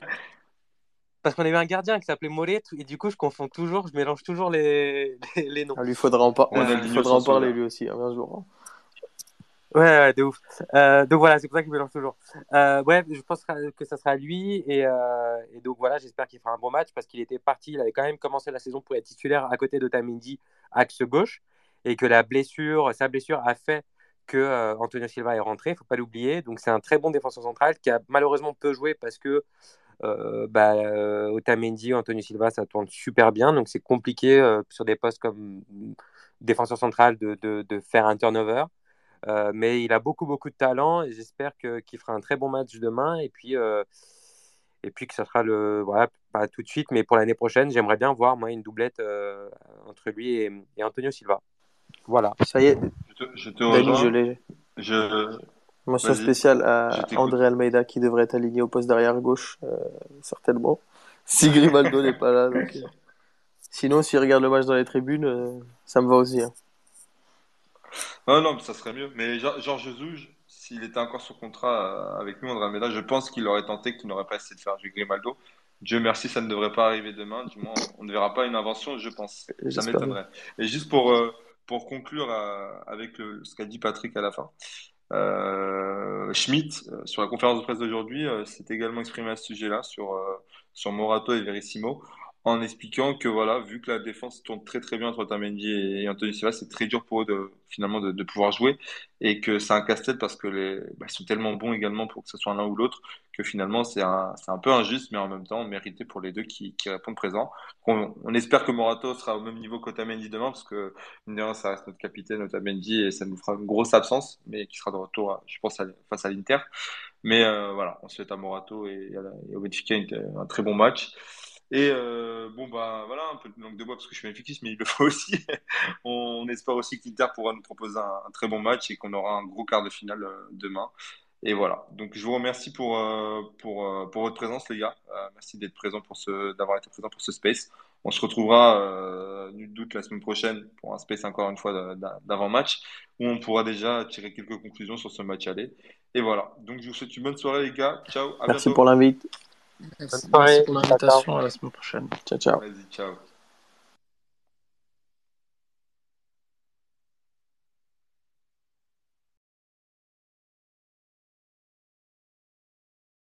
Parce qu'on a eu un gardien qui s'appelait Moret, et du coup, je confonds toujours, je mélange toujours les, les, les noms. Ah, lui faudra en, par- Euh, Ronaldinho faudra sans en parler sourire. lui aussi hein, un jour. Hein. ouais, ouais, de ouf. Euh, donc voilà, c'est pour ça que je mélange toujours. Euh, ouais, je pense que ça sera lui, et, euh, et donc voilà, j'espère qu'il fera un bon match parce qu'il était parti, il avait quand même commencé la saison pour être titulaire à côté d'Otamendi, axe gauche, et que la blessure, sa blessure a fait que euh, Antonio Silva est rentré, il faut pas l'oublier. Donc c'est un très bon défenseur central qui a malheureusement peu joué parce que euh, bah, euh, Otamendi, Antonio Silva, ça tourne super bien. Donc c'est compliqué euh, sur des postes comme défenseur central de, de, de faire un turnover. Euh, mais il a beaucoup, beaucoup de talent et j'espère que, qu'il fera un très bon match demain. Et puis, euh, et puis que ça sera le. Voilà, pas tout de suite, mais pour l'année prochaine, j'aimerais bien voir moi, une doublette euh, entre lui et, et Antonio Silva. Voilà. Ça y est, Je te, je te Dani, je rejoins. l'ai. Je... Mention Vas-y, spéciale je à t'écoute. André Almeida qui devrait être aligné au poste d'arrière gauche, euh, certainement. Si Grimaldo n'est pas là. Donc, euh. Sinon, s'il regarde le match dans les tribunes, euh, ça me va aussi. Hein. Ah non, mais ça serait mieux. Mais Geor- Georges Jesus, s'il était encore sur contrat euh, avec nous, André Almeida, je pense qu'il aurait tenté, qu'il n'aurait pas essayé de faire jouer Grimaldo. Dieu merci, ça ne devrait pas arriver demain. Du moins, on ne verra pas une invention, je pense. Ça J'espère bien. m'étonnerait. Et juste pour, euh, pour conclure euh, avec le- ce qu'a dit Patrick à la fin, euh, Schmitt, euh, sur la conférence de presse d'aujourd'hui, euh, s'est également exprimé à ce sujet-là, sur, euh, sur Morato et Verissimo, en expliquant que voilà, vu que la défense tourne très très bien entre Otamendi et, et Anthony Silva, c'est très dur pour eux de, finalement de, de pouvoir jouer et que c'est un casse-tête parce que les, bah, ils sont tellement bons également pour que ce soit l'un ou l'autre que finalement c'est un, c'est un peu injuste, mais en même temps mérité pour les deux qui, qui répondent présent. On, on espère que Morato sera au même niveau qu'Otamendi demain parce que mine de rien, ça reste notre capitaine Otamendi et ça nous fera une grosse absence, mais qui sera de retour, je pense, à- face à l'Inter. Mais euh, voilà, on souhaite à Morato et, à la- et au Benfica une- un très bon match. Et euh, bon, bah voilà, un peu de langue de bois parce que je suis fictif, mais il le faut aussi. On, on espère aussi que l'Inter pourra nous proposer un, un très bon match et qu'on aura un gros quart de finale euh, demain. Et voilà. Donc je vous remercie pour, euh, pour, euh, pour votre présence, les gars. Euh, merci d'être présent pour ce, d'avoir été présent pour ce space. On se retrouvera, euh, nul doute, la semaine prochaine pour un space encore une fois d'a- d'avant-match où on pourra déjà tirer quelques conclusions sur ce match aller. Et voilà. Donc je vous souhaite une bonne soirée, les gars. Ciao, à Merci pour bientôt. l'invite. Bonne Merci, merci soirée. pour Ciao, ciao. l'invitation. À la semaine prochaine. Ciao, ciao. Vas-y, ciao.